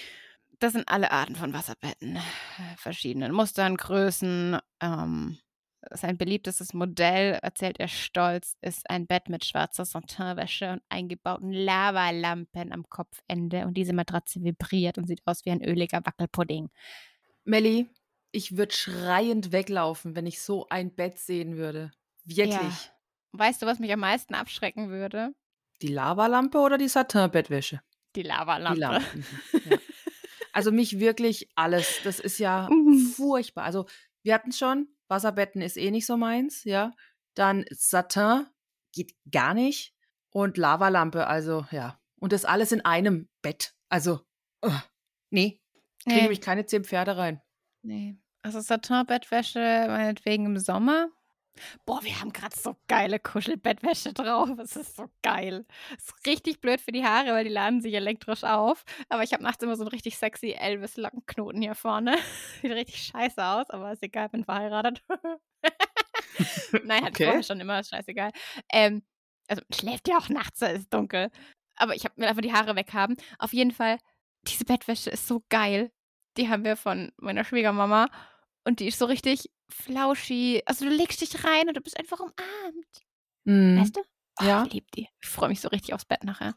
Das sind alle Arten von Wasserbetten. Verschiedenen Mustern, Größen, ähm, sein beliebtestes Modell, erzählt er stolz, ist ein Bett mit schwarzer Satinwäsche und eingebauten Lavalampen am Kopfende. Und diese Matratze vibriert und sieht aus wie ein öliger Wackelpudding. Melli, ich würde schreiend weglaufen, wenn ich so ein Bett sehen würde. Wirklich. Ja. Weißt du, was mich am meisten abschrecken würde? Die Lavalampe oder die Satin-Bettwäsche? Die Lavalampe. Die Lampe. Mhm. Ja. Also mich wirklich alles. Das ist ja furchtbar. Also wir hatten schon, Wasserbetten ist eh nicht so meins, ja. Dann Satin geht gar nicht. Und Lavalampe, also ja. Und das alles in einem Bett. Also, uh, nee, kriege Nee. mich keine zehn Pferde rein. Nee. Also Satin-Bettwäsche meinetwegen im Sommer. Boah, wir haben gerade so geile Kuschelbettwäsche drauf. Es ist so geil. Ist richtig blöd für die Haare, weil die laden sich elektrisch auf. Aber ich habe nachts immer so einen richtig sexy Elvis-Lockenknoten hier vorne. Sieht richtig scheiße aus, aber ist egal, bin verheiratet. Nein, hat Okay. vorher schon immer, ist scheißegal. Ähm, also schläft ja auch nachts, es ist dunkel. Aber ich will einfach die Haare weghaben. Auf jeden Fall, diese Bettwäsche ist so geil. Die haben wir von meiner Schwiegermama. Und die ist so richtig flauschi. Also du legst dich rein und du bist einfach umarmt. Mhm. Weißt du? Oh, Ja. Ich liebe die. Ich freue mich so richtig aufs Bett nachher.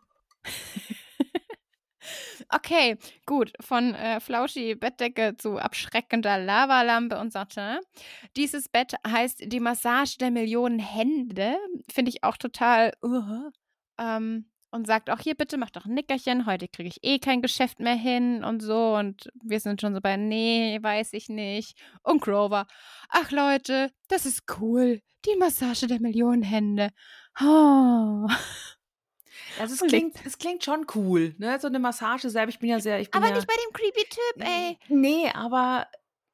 Okay, gut. Von äh, flauschi Bettdecke zu abschreckender Lavalampe und Satin. Dieses Bett heißt die Massage der Millionen Hände. Finde ich auch total. Uh, ähm, und sagt auch, hier bitte, mach doch ein Nickerchen. Heute kriege ich eh kein Geschäft mehr hin und so. Und wir sind schon so bei, nee, weiß ich nicht. Und Grover, ach Leute, das ist cool. Die Massage der Millionen Hände. Oh. Also es Und klingt, es klingt schon cool, ne? So eine Massage selber. Ich bin ja sehr, ich bin Aber ja, nicht bei dem creepy Typ, ey. Nee, aber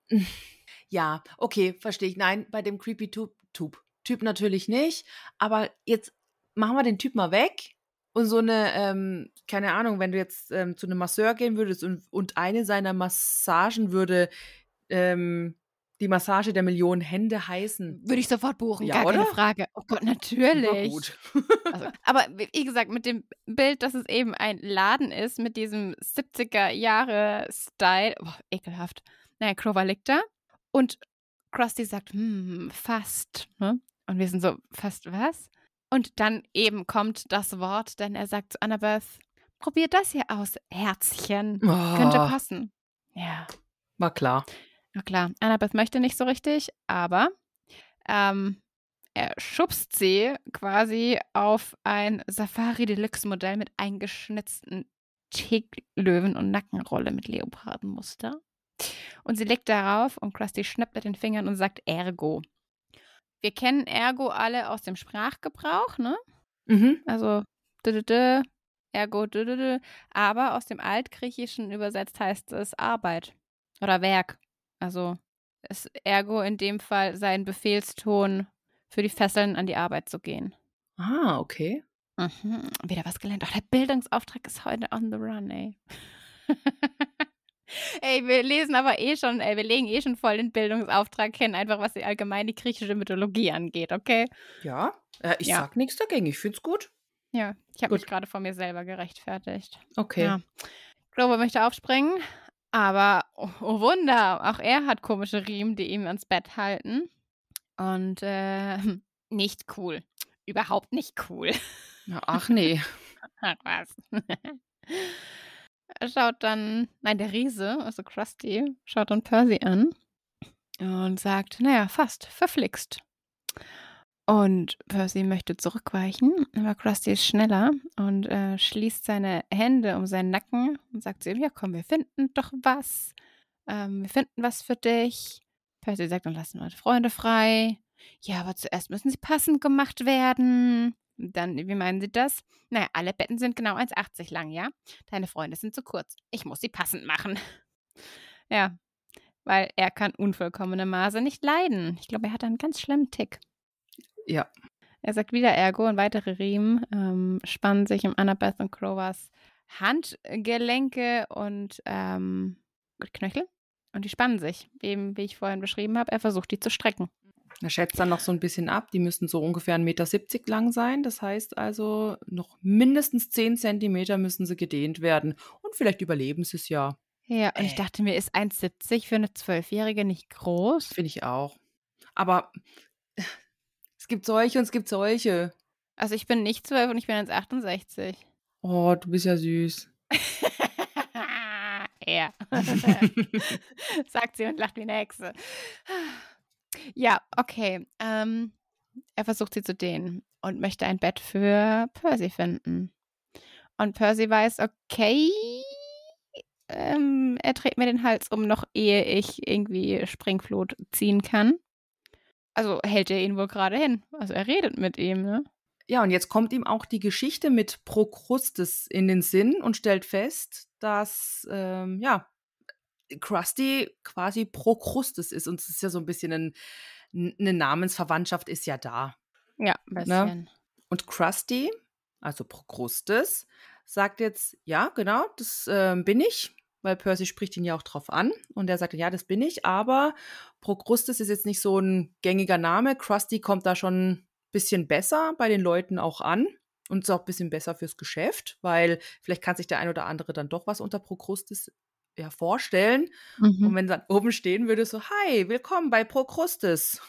ja, okay, verstehe ich. Nein, bei dem creepy Typ, Typ, Typ natürlich nicht. Aber jetzt machen wir den Typ mal weg und so eine, ähm, keine Ahnung, wenn du jetzt ähm, zu einem Masseur gehen würdest und, und eine seiner Massagen würde ähm, die Massage der Millionen Hände heißen. Würde ich sofort buchen, Ja, gar oder? keine Frage. Oh Gott, Na natürlich. gut. Also, aber wie gesagt, mit dem Bild, dass es eben ein Laden ist mit diesem siebziger-Jahre-Style. Boah, ekelhaft. Naja, Grover liegt da und Krusty sagt, hm, fast. Ne? Und wir sind so, fast was? Und dann eben kommt das Wort, denn er sagt zu Annabeth, probier das hier aus, Herzchen. Könnte Oh, passen. Ja. war klar. Na klar, Annabeth möchte nicht so richtig, aber ähm, er schubst sie quasi auf ein Safari-Deluxe-Modell mit eingeschnitzten Teglöwen und Nackenrolle mit Leopardenmuster. Und sie legt darauf und Krusty schnappt mit den Fingern und sagt Ergo. Wir kennen Ergo alle aus dem Sprachgebrauch, ne? Mhm. Also dü -dü -dü, Ergo, dü -dü -dü. Aber aus dem Altgriechischen übersetzt heißt es Arbeit oder Werk. Also ist Ergo in dem Fall sein Befehlston für die Fesseln an die Arbeit zu gehen. Ah, okay. Mhm. Wieder was gelernt. Ach, der Bildungsauftrag ist heute on the run, ey. Ey, wir lesen aber eh schon, ey, wir legen eh schon voll den Bildungsauftrag hin, einfach was die allgemeine griechische Mythologie angeht, okay? Ja, äh, ich Ja. sag nichts dagegen. Ich find's gut. Ja, ich habe Gut. mich gerade vor mir selber gerechtfertigt. Okay. Ja. Grover möchte aufspringen, aber oh, oh Wunder, auch er hat komische Riemen, die ihm ans Bett halten. Und äh, nicht cool. Überhaupt nicht cool. Ja, ach nee. Ach was. Er schaut dann, nein, der Riese, also Krusty, schaut dann Percy an und sagt, naja, fast, verflixt. Und Percy möchte zurückweichen, aber Krusty ist schneller und äh, schließt seine Hände um seinen Nacken und sagt zu ihm, ja komm, wir finden doch was. Ähm, wir finden was für dich. Percy sagt, dann lassen wir die Freunde frei. Ja, aber zuerst müssen sie passend gemacht werden. Dann, wie meinen Sie das? Naja, alle Betten sind genau eins achtzig lang, ja? Deine Freunde sind zu kurz. Ich muss sie passend machen. Ja, weil er kann unvollkommene Maße nicht leiden. Ich glaube, er hat einen ganz schlimmen Tick. Ja. Er sagt wieder Ergo und weitere Riemen ähm, spannen sich um Annabeth und Grovers Handgelenke und ähm, Knöchel. Und die spannen sich, eben wie ich vorhin beschrieben habe. Er versucht, die zu strecken. Er schätzt dann noch so ein bisschen ab. Die müssen so ungefähr eins Komma siebzig Meter lang sein. Das heißt also, noch mindestens zehn Zentimeter müssen sie gedehnt werden. Und vielleicht überleben sie es ja. Ja, und ich Äh. dachte mir, ist eins Komma siebzig für eine Zwölfjährige nicht groß? Finde ich auch. Aber es gibt solche und es gibt solche. Also ich bin nicht zwölf und ich bin jetzt achtundsechzig. Oh, du bist ja süß. Ja. Sagt sie und lacht wie eine Hexe. Ja, okay. Ähm, er versucht sie zu dehnen und möchte ein Bett für Percy finden. Und Percy weiß, okay, ähm, er dreht mir den Hals um, noch ehe ich irgendwie Springflut ziehen kann. Also hält er ihn wohl gerade hin. Also er redet mit ihm, ne? Ja, und jetzt kommt ihm auch die Geschichte mit Prokrustes in den Sinn und stellt fest, dass, ähm, ja, Krusty quasi Prokrustes ist. Und es ist ja so ein bisschen ein, eine Namensverwandtschaft ist ja da. Ja, ein bisschen. Ne? Und Krusty, also Prokrustes, sagt jetzt, ja, genau, das äh, bin ich, weil Percy spricht ihn ja auch drauf an. Und er sagt, ja, das bin ich, aber Prokrustes ist jetzt nicht so ein gängiger Name. Krusty kommt da schon ein bisschen besser bei den Leuten auch an und ist auch ein bisschen besser fürs Geschäft, weil vielleicht kann sich der ein oder andere dann doch was unter Prokrustes ja, vorstellen. Mhm. Und wenn dann oben stehen würde, so, hi, willkommen bei Prokrustes.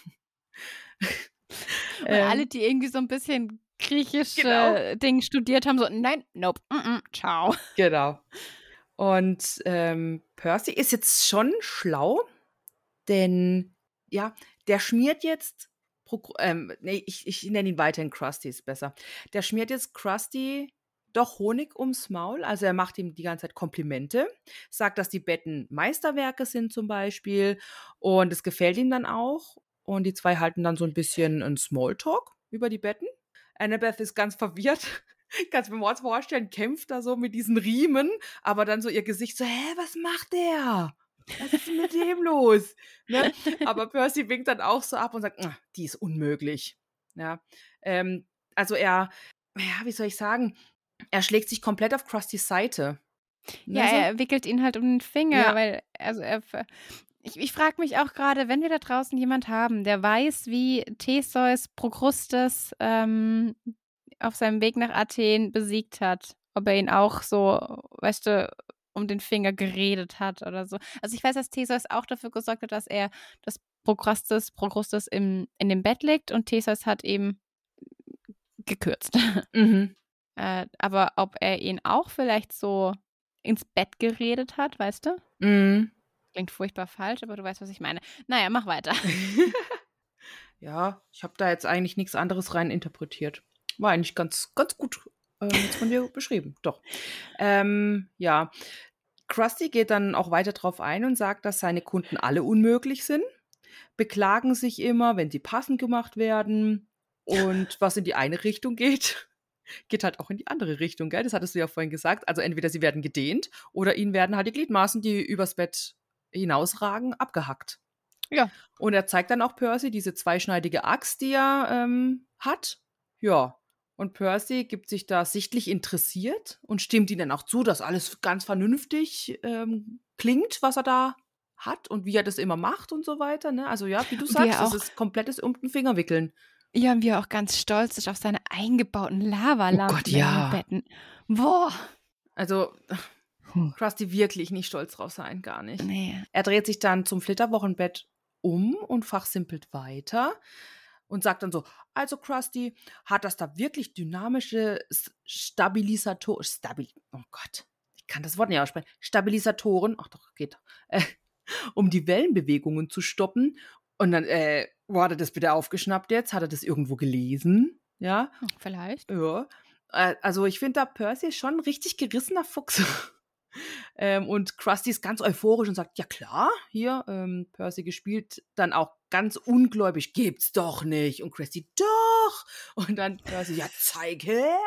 Und alle, die irgendwie so ein bisschen griechische Genau. Dinge studiert haben, so, nein, nope, mm -mm, ciao. Genau. Und ähm, Percy ist jetzt schon schlau, denn ja, der schmiert jetzt, Pro- ähm, nee, ich, ich nenne ihn weiterhin Krusty, ist besser. Der schmiert jetzt Krusty doch Honig ums Maul, also er macht ihm die ganze Zeit Komplimente, sagt, dass die Betten Meisterwerke sind zum Beispiel und es gefällt ihm dann auch und die zwei halten dann so ein bisschen einen Smalltalk über die Betten. Annabeth ist ganz verwirrt. Kannst du mir mal vorstellen, kämpft da so mit diesen Riemen, aber dann so ihr Gesicht so, hä, was macht der? Was ist denn mit dem los? Ne? Aber Percy winkt dann auch so ab und sagt, die ist unmöglich. Ja, ähm, also er, ja, wie soll ich sagen, er schlägt sich komplett auf Krustys Seite. Ne, Ja, so? er wickelt ihn halt um den Finger, Ja. weil, also er, ich, ich frage mich auch gerade, wenn wir da draußen jemand haben, der weiß, wie Theseus Prokrustes ähm, auf seinem Weg nach Athen besiegt hat, ob er ihn auch so, weißt du, um den Finger geredet hat oder so. Also ich weiß, dass Theseus auch dafür gesorgt hat, dass er das Prokrustes, Prokrustes im, in dem Bett liegt und Theseus hat eben gekürzt. Mhm. äh, aber ob er ihn auch vielleicht so ins Bett geredet hat, weißt du? Mhm. Klingt furchtbar falsch, aber du weißt, was ich meine. Naja, mach weiter. Ja, ich habe da jetzt eigentlich nichts anderes rein interpretiert. War eigentlich ganz, ganz gut äh, jetzt von dir beschrieben. Doch. Ähm, ja. Krusty geht dann auch weiter drauf ein und sagt, dass seine Kunden alle unmöglich sind, beklagen sich immer, wenn sie passend gemacht werden und was in die eine Richtung geht, geht halt auch in die andere Richtung, gell? Das hattest du ja vorhin gesagt. Also entweder sie werden gedehnt oder ihnen werden halt die Gliedmaßen, die übers Bett hinausragen, abgehackt. Ja. Und er zeigt dann auch Percy diese zweischneidige Axt, die er ähm, hat. Ja. Und Percy gibt sich da sichtlich interessiert und stimmt ihm dann auch zu, dass alles ganz vernünftig ähm, klingt, was er da hat und wie er das immer macht und so weiter. Ne? Also ja, wie du Wie sagst, er das auch- ist komplettes um den Finger wickeln. Ja, und wie er auch ganz stolz ist auf seine eingebauten Lavalampen Oh Gott, ja. in den Betten. Boah. Also Puh. Krusty wirklich nicht stolz drauf sein, gar nicht. Nee. Er dreht sich dann zum Flitterwochenbett um und fachsimpelt weiter und sagt dann so, also Krusty, hat das da wirklich dynamische S- Stabilisator, Stabil, oh Gott, ich kann das Wort nicht aussprechen, Stabilisatoren, ach doch, geht, äh, um die Wellenbewegungen zu stoppen. Und dann, äh, wo hat er das bitte aufgeschnappt jetzt? Hat er das irgendwo gelesen? Ja, Vielleicht. ja. Äh, Also ich finde da Percy ist schon ein richtig gerissener Fuchs. ähm, und Krusty ist ganz euphorisch und sagt, ja klar, hier, ähm, Percy gespielt, dann auch ganz ungläubig, gibt's doch nicht. Und Krusty, doch. Und dann Percy, ja zeig her.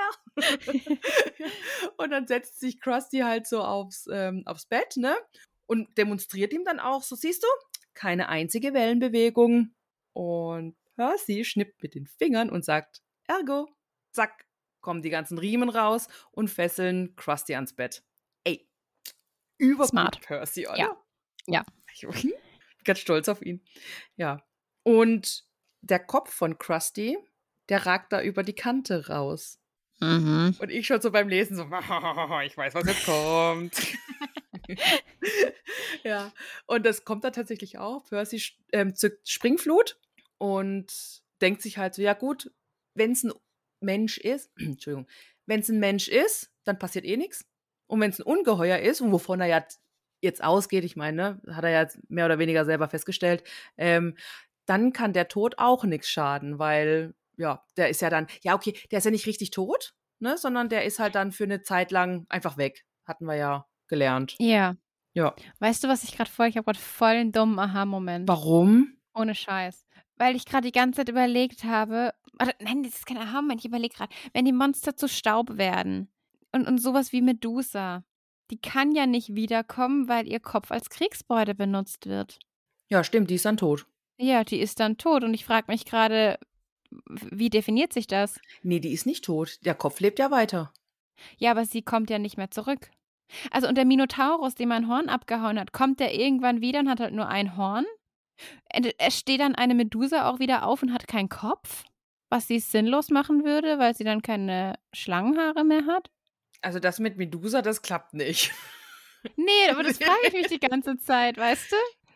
Und dann setzt sich Krusty halt so aufs, ähm, aufs Bett, ne? Und demonstriert ihm dann auch, so siehst du, keine einzige Wellenbewegung. Und Percy schnippt mit den Fingern und sagt, ergo, zack, kommen die ganzen Riemen raus und fesseln Krusty ans Bett. Ey, übergut Smart. Percy, oder? Ja. Ja. Ich bin ganz stolz auf ihn. Ja. Und der Kopf von Krusty, der ragt da über die Kante raus. Mhm. Und ich schon so beim Lesen so, ich weiß, was jetzt kommt. Ja, und das kommt da tatsächlich auch. Percy ähm, zückt Springflut und denkt sich halt so, ja gut, wenn es ein Mensch ist, Entschuldigung, wenn es ein Mensch ist, dann passiert eh nichts. Und wenn es ein Ungeheuer ist, und wovon er ja jetzt ausgeht, ich meine, ne, hat er ja jetzt mehr oder weniger selber festgestellt, ähm, dann kann der Tod auch nichts schaden, weil, ja, der ist ja dann, ja okay, der ist ja nicht richtig tot, ne, sondern der ist halt dann für eine Zeit lang einfach weg. Hatten wir ja gelernt. Ja. Ja. Weißt du, was ich gerade voll, ich habe gerade voll den dummen Aha-Moment. Warum? Ohne Scheiß. Weil ich gerade die ganze Zeit überlegt habe, oder, nein, das ist kein Aha-Moment, ich überlege gerade, wenn die Monster zu Staub werden und, und sowas wie Medusa, die kann ja nicht wiederkommen, weil ihr Kopf als Kriegsbeute benutzt wird. Ja, stimmt, die ist dann tot. Ja, die ist dann tot und ich frage mich gerade, wie definiert sich das? Nee, die ist nicht tot. Der Kopf lebt ja weiter. Ja, aber sie kommt ja nicht mehr zurück. Also und der Minotaurus, dem ein Horn abgehauen hat, kommt der irgendwann wieder und hat halt nur ein Horn? Es steht dann eine Medusa auch wieder auf und hat keinen Kopf, was sie sinnlos machen würde, weil sie dann keine Schlangenhaare mehr hat? Also das mit Medusa, das klappt nicht. Nee, aber das frage ich mich die ganze Zeit, weißt du?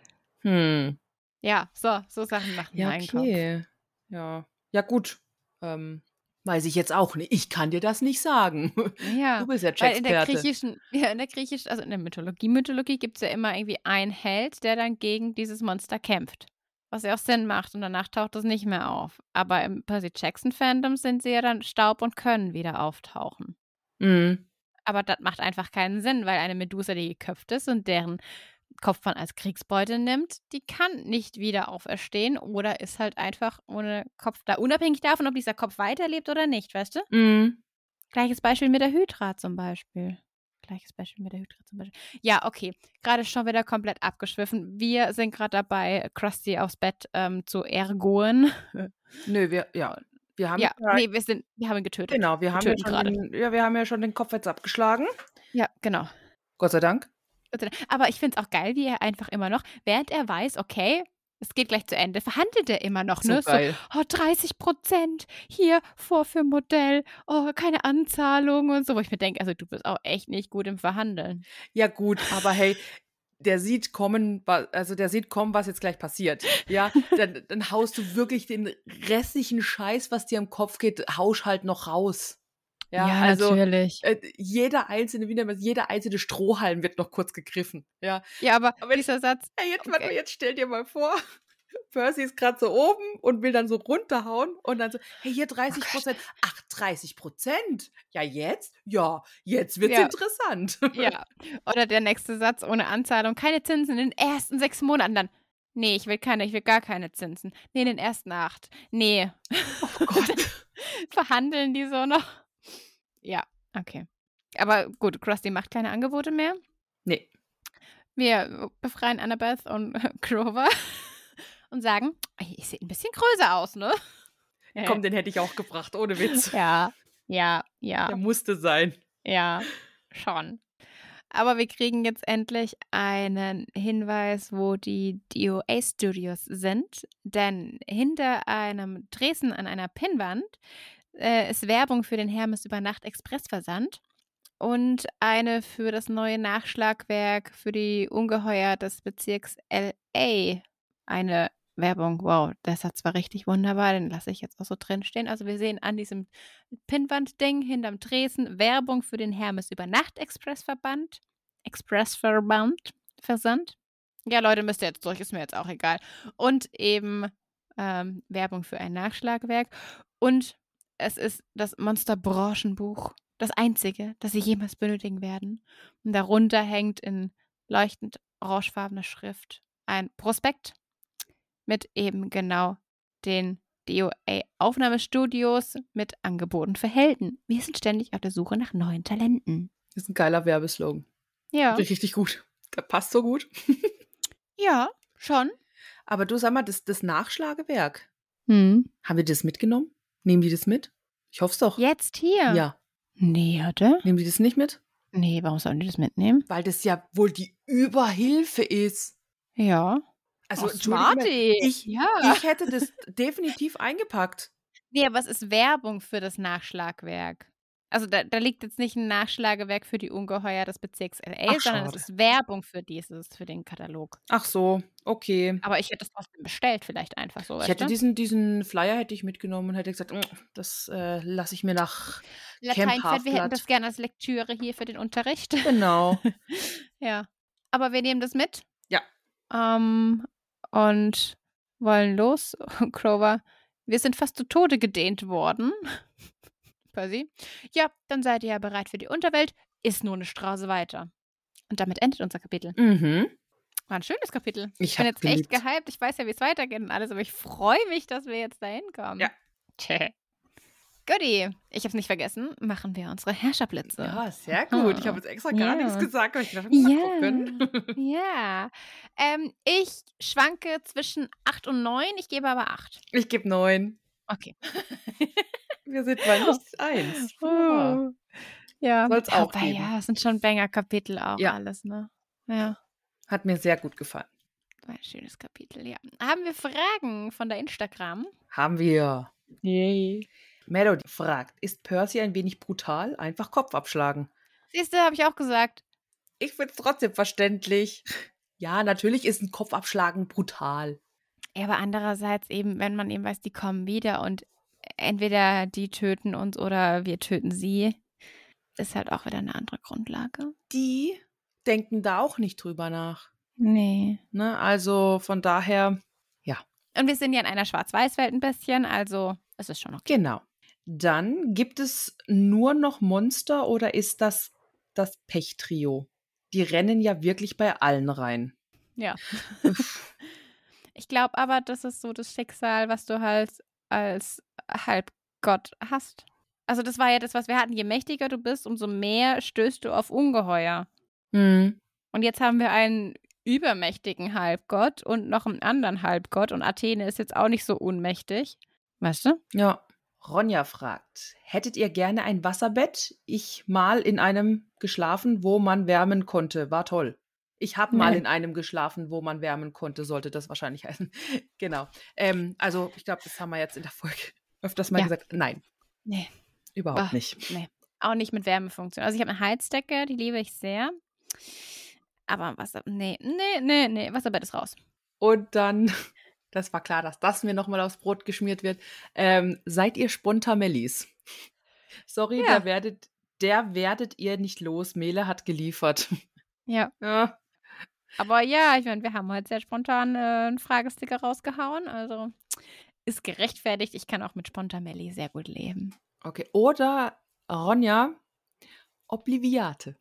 Hm. Ja, so, so Sachen machen Ja, meinen Kopf. okay. Ja. Ja, gut. Ähm, weiß ich jetzt auch nicht. Ich kann dir das nicht sagen. Ja, Du bist ja weil in der Experte. griechischen, ja, in der griechischen, also in der Mythologie, Mythologie gibt es ja immer irgendwie einen Held, der dann gegen dieses Monster kämpft. Was ja auch Sinn macht und danach taucht es nicht mehr auf. Aber im Percy Jackson-Fandom sind sie ja dann Staub und können wieder auftauchen. Mhm. Aber das macht einfach keinen Sinn, weil eine Medusa, die geköpft ist und deren Kopf man als Kriegsbeute nimmt, die kann nicht wieder auferstehen oder ist halt einfach ohne Kopf da. Unabhängig davon, ob dieser Kopf weiterlebt oder nicht, weißt du? Mhm. Gleiches Beispiel mit der Hydra zum Beispiel. Gleiches Beispiel mit der Hydra zum Beispiel. Ja, okay. Gerade schon wieder komplett abgeschwiffen. Wir sind gerade dabei, Krusty aufs Bett ähm, zu ergoen. Nö, wir, ja. Wir haben Ja, ja, nee, wir sind, wir haben ihn getötet. genau, wir haben, ja töten schon gerade. den, ja, wir haben ja schon den Kopf jetzt abgeschlagen. Ja, genau. Gott sei Dank. Aber ich finde es auch geil, wie er einfach immer noch, während er weiß, okay, es geht gleich zu Ende, verhandelt er immer noch, So ne? geil. So, oh, dreißig Prozent hier, Vorführmodell, oh, keine Anzahlung und so. Wo ich mir denke, also du bist auch echt nicht gut im Verhandeln. Ja, gut, aber hey, der sieht kommen, wa- also der sieht kommen, was jetzt gleich passiert. Ja, dann, dann haust du wirklich den restlichen Scheiß, was dir im Kopf geht, hausch halt noch raus. Ja, also natürlich. äh, jeder einzelne, wie nennt man es, jeder einzelne Strohhalm wird noch kurz gegriffen. Ja, Ja, aber, aber dieser Satz, hey, jetzt, warte mal, okay. jetzt stell dir mal vor, Percy ist gerade so oben und will dann so runterhauen und dann so, hey, hier dreißig Prozent. Ach, dreißig Prozent? Ja, jetzt? Ja, jetzt wird's Ja. interessant. Ja. Oder der nächste Satz ohne Anzahlung, keine Zinsen in den ersten sechs Monaten. Dann, nee, ich will keine, ich will gar keine Zinsen. Nee, in den ersten acht. Nee. Oh Gott. Verhandeln die so noch? Ja, okay. Aber gut, Krusty macht keine Angebote mehr. Nee. Wir befreien Annabeth und Grover und sagen, ich sehe ein bisschen größer aus, ne? Komm, den hätte ich auch gebracht, ohne Witz. Ja, ja, ja, Der musste sein. ja, schon. Aber wir kriegen jetzt endlich einen Hinweis, wo die D O A Studios sind. Denn hinter einem Tresen an einer Pinnwand äh, ist Werbung für den Hermes über Nacht Expressversand und eine für das neue Nachschlagwerk für die Ungeheuer des Bezirks L A. Eine Werbung, wow, der Satz war richtig wunderbar, den lasse ich jetzt auch so drin stehen. Also wir sehen an diesem Pinnwand-Ding hinterm Tresen Werbung für den Hermes über Nacht Expressverband. Expressverband, Versand. Ja, Leute, müsst ihr jetzt durch, ist mir jetzt auch egal. Und eben ähm, Werbung für ein Nachschlagwerk. Und es ist das Monster-Branchenbuch, das einzige, das sie jemals benötigen werden. Und darunter hängt in leuchtend orangefarbener Schrift ein Prospekt mit eben genau den D O A-Aufnahmestudios mit Angeboten für Helden. Wir sind ständig auf der Suche nach neuen Talenten. Das ist ein geiler Werbeslogan. Ja, Richtig gut. Der passt so gut. ja, schon. Aber du, sag mal, das, das Nachschlagewerk, Hm. haben wir das mitgenommen? Nehmen die das mit? Ich hoffe es doch. Jetzt hier? Ja. Nee, oder? Nehmen die das nicht mit? Nee, warum sollen die das mitnehmen? Weil das ja wohl die Überhilfe ist. Ja. Also, Oh, entschuldige mal, Smarty. ich, Ja. ich hätte das definitiv eingepackt. Nee, aber es ist Werbung für das Nachschlagwerk. Also da, da liegt jetzt nicht ein Nachschlagewerk für die Ungeheuer des Bezirks L A, Ach, sondern es schade. ist Werbung für dieses, für den Katalog. Ach so, okay. Aber ich hätte es trotzdem bestellt, vielleicht einfach so, Ich weißt hätte du? diesen, diesen Flyer hätte ich mitgenommen und hätte gesagt, "Mm, das äh, lasse ich mir nach Camp Lateinzeit, wir hätten das Half-Blood." gerne als Lektüre hier für den Unterricht. Genau. Ja. Aber wir nehmen das mit. Ja. Ähm, und wollen los. Clover, wir sind fast zu Tode gedehnt worden. Percy. Ja, dann seid ihr ja bereit für die Unterwelt. Ist nur eine Straße weiter. Und damit endet unser Kapitel. Mhm. War ein schönes Kapitel. Ich Ich bin hab jetzt echt geliebt. gehypt. Ich weiß ja, wie es weitergeht und alles, aber ich freue mich, dass wir jetzt dahin kommen. Ja. Tja. Goodie. Ich hab's nicht vergessen. Machen wir unsere Herrscherblitze. Ja, sehr gut. Ich habe jetzt extra gar Ja. nichts gesagt, aber ich dachte, mal Ja. gucken. Ja. Ähm, ich schwanke zwischen acht und neun. Ich gebe aber acht. Ich gebe neun. Okay. Wir sind bei nicht eins. Wunderbar. Ja. Soll's auch aber geben. ja, es sind schon Banger-Kapitel auch Ja. alles, ne? Ja. Hat mir sehr gut gefallen. War ein schönes Kapitel, ja. Haben wir Fragen von der Instagram? Haben wir. Yay. Melody fragt, ist Percy ein wenig brutal? Einfach Kopf abschlagen. Siehst du, habe ich auch gesagt. Ich finde es trotzdem verständlich. Ja, natürlich ist ein Kopfabschlagen brutal. Ja, aber andererseits eben, wenn man eben weiß, die kommen wieder und entweder die töten uns oder wir töten sie, ist halt auch wieder eine andere Grundlage. Die denken da auch nicht drüber nach. Nee. Ne? Also von daher, Und wir sind ja in einer Schwarz-Weiß-Welt ein bisschen, also es ist schon okay. genau. Dann gibt es nur noch Monster oder ist das das Pech-Trio? Die rennen ja wirklich bei allen rein. Ja. Ich glaube aber, das ist so das Schicksal, was du halt als Halbgott hast. Also das war ja das, was wir hatten. Je mächtiger du bist, umso mehr stößt du auf Ungeheuer. Hm. Und jetzt haben wir einen übermächtigen Halbgott und noch einen anderen Halbgott. Und Athene ist jetzt auch nicht so unmächtig. Weißt du? Ja. Ronja fragt, hättet ihr gerne ein Wasserbett? Ich mal in einem geschlafen, wo man wärmen konnte. War toll. Ich habe mal Nee. in einem geschlafen, wo man wärmen konnte, sollte das wahrscheinlich heißen. Genau. Ähm, also ich glaube, das haben wir jetzt in der Folge öfters mal Ja. gesagt. Nein, Nee. überhaupt Ah. nicht. Nee. Auch nicht mit Wärmefunktion. Also ich habe eine Heizdecke, die liebe ich sehr. Aber Wasser, nee, nee, nee, nee, Wasserbett ist raus. Und dann, das war klar, dass das mir nochmal aufs Brot geschmiert wird. Ähm, seid ihr Spontamellis? Sorry, Ja. der werdet, der werdet ihr nicht los. Mele hat geliefert. Ja. Ja. Aber ja, ich meine, wir haben heute sehr spontan äh, einen Fragesticker rausgehauen. Also ist gerechtfertigt. Ich kann auch mit Spontamelli sehr gut leben. Okay. Oder Ronja, Obliviate.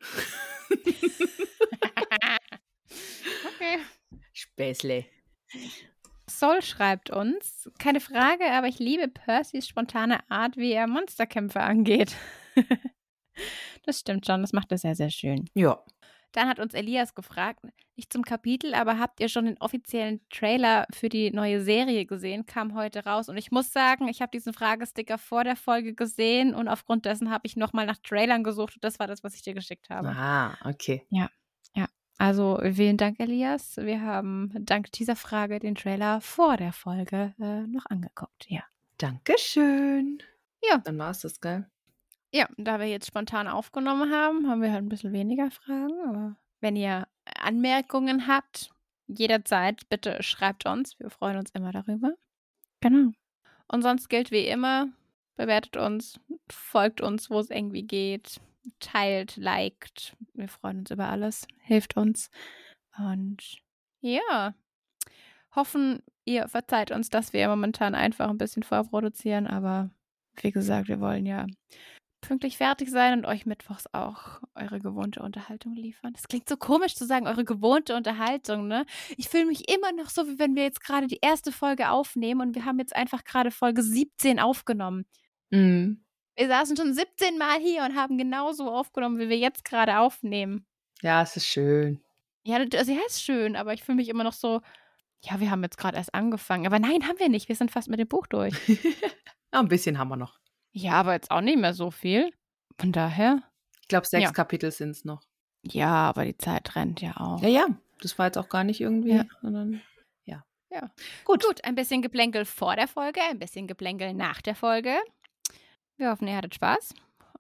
Okay. Späßle. Sol schreibt uns, keine Frage, aber ich liebe Percys spontane Art, wie er Monsterkämpfe angeht. Das stimmt schon, das macht er sehr, sehr schön. Ja. Dann hat uns Elias gefragt, nicht zum Kapitel, aber habt ihr schon den offiziellen Trailer für die neue Serie gesehen? Kam heute raus. Und ich muss sagen, ich habe diesen Fragesticker vor der Folge gesehen und aufgrund dessen habe ich nochmal nach Trailern gesucht und das war das, was ich dir geschickt habe. Ah, okay. Also vielen Dank, Elias. Wir haben dank dieser Frage den Trailer vor der Folge äh, noch angeguckt. Ja. Dankeschön. Ja. Dann war es das, gell? Ja, da wir jetzt spontan aufgenommen haben, haben wir halt ein bisschen weniger Fragen. Aber wenn ihr Anmerkungen habt, jederzeit bitte schreibt uns. Wir freuen uns immer darüber. Genau. Und sonst gilt wie immer, bewertet uns, folgt uns, wo es irgendwie geht, teilt, liked. Wir freuen uns über alles, hilft uns. Und ja, hoffen, ihr verzeiht uns, dass wir momentan einfach ein bisschen vorproduzieren. Aber wie gesagt, wir wollen ja pünktlich fertig sein und euch mittwochs auch eure gewohnte Unterhaltung liefern. Das klingt so komisch zu sagen, eure gewohnte Unterhaltung, ne? Ich fühle mich immer noch so, wie wenn wir jetzt gerade die erste Folge aufnehmen und wir haben jetzt einfach gerade Folge siebzehn aufgenommen. Mhm. Wir saßen schon siebzehn Mal hier und haben genauso aufgenommen, wie wir jetzt gerade aufnehmen. Ja, es ist schön. Ja, also ja, ist schön, aber ich fühle mich immer noch so, ja, wir haben jetzt gerade erst angefangen. Aber nein, haben wir nicht. Wir sind fast mit dem Buch durch. Ja, ein bisschen haben wir noch. Ja, aber jetzt auch nicht mehr so viel. Von daher. Ich glaube, sechs Ja. Kapitel sind es noch. Ja, aber die Zeit rennt ja auch. Ja, ja. Das war jetzt auch gar nicht irgendwie, Ja. sondern ja. Ja. Gut. Gut, ein bisschen Geplänkel vor der Folge, ein bisschen Geplänkel nach der Folge. Wir hoffen, ihr hattet Spaß.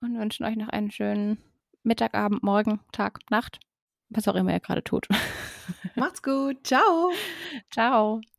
und wünschen euch noch einen schönen Mittag, Abend, Morgen, Tag, Nacht, was auch immer ihr gerade tut. Macht's gut. Ciao. Ciao.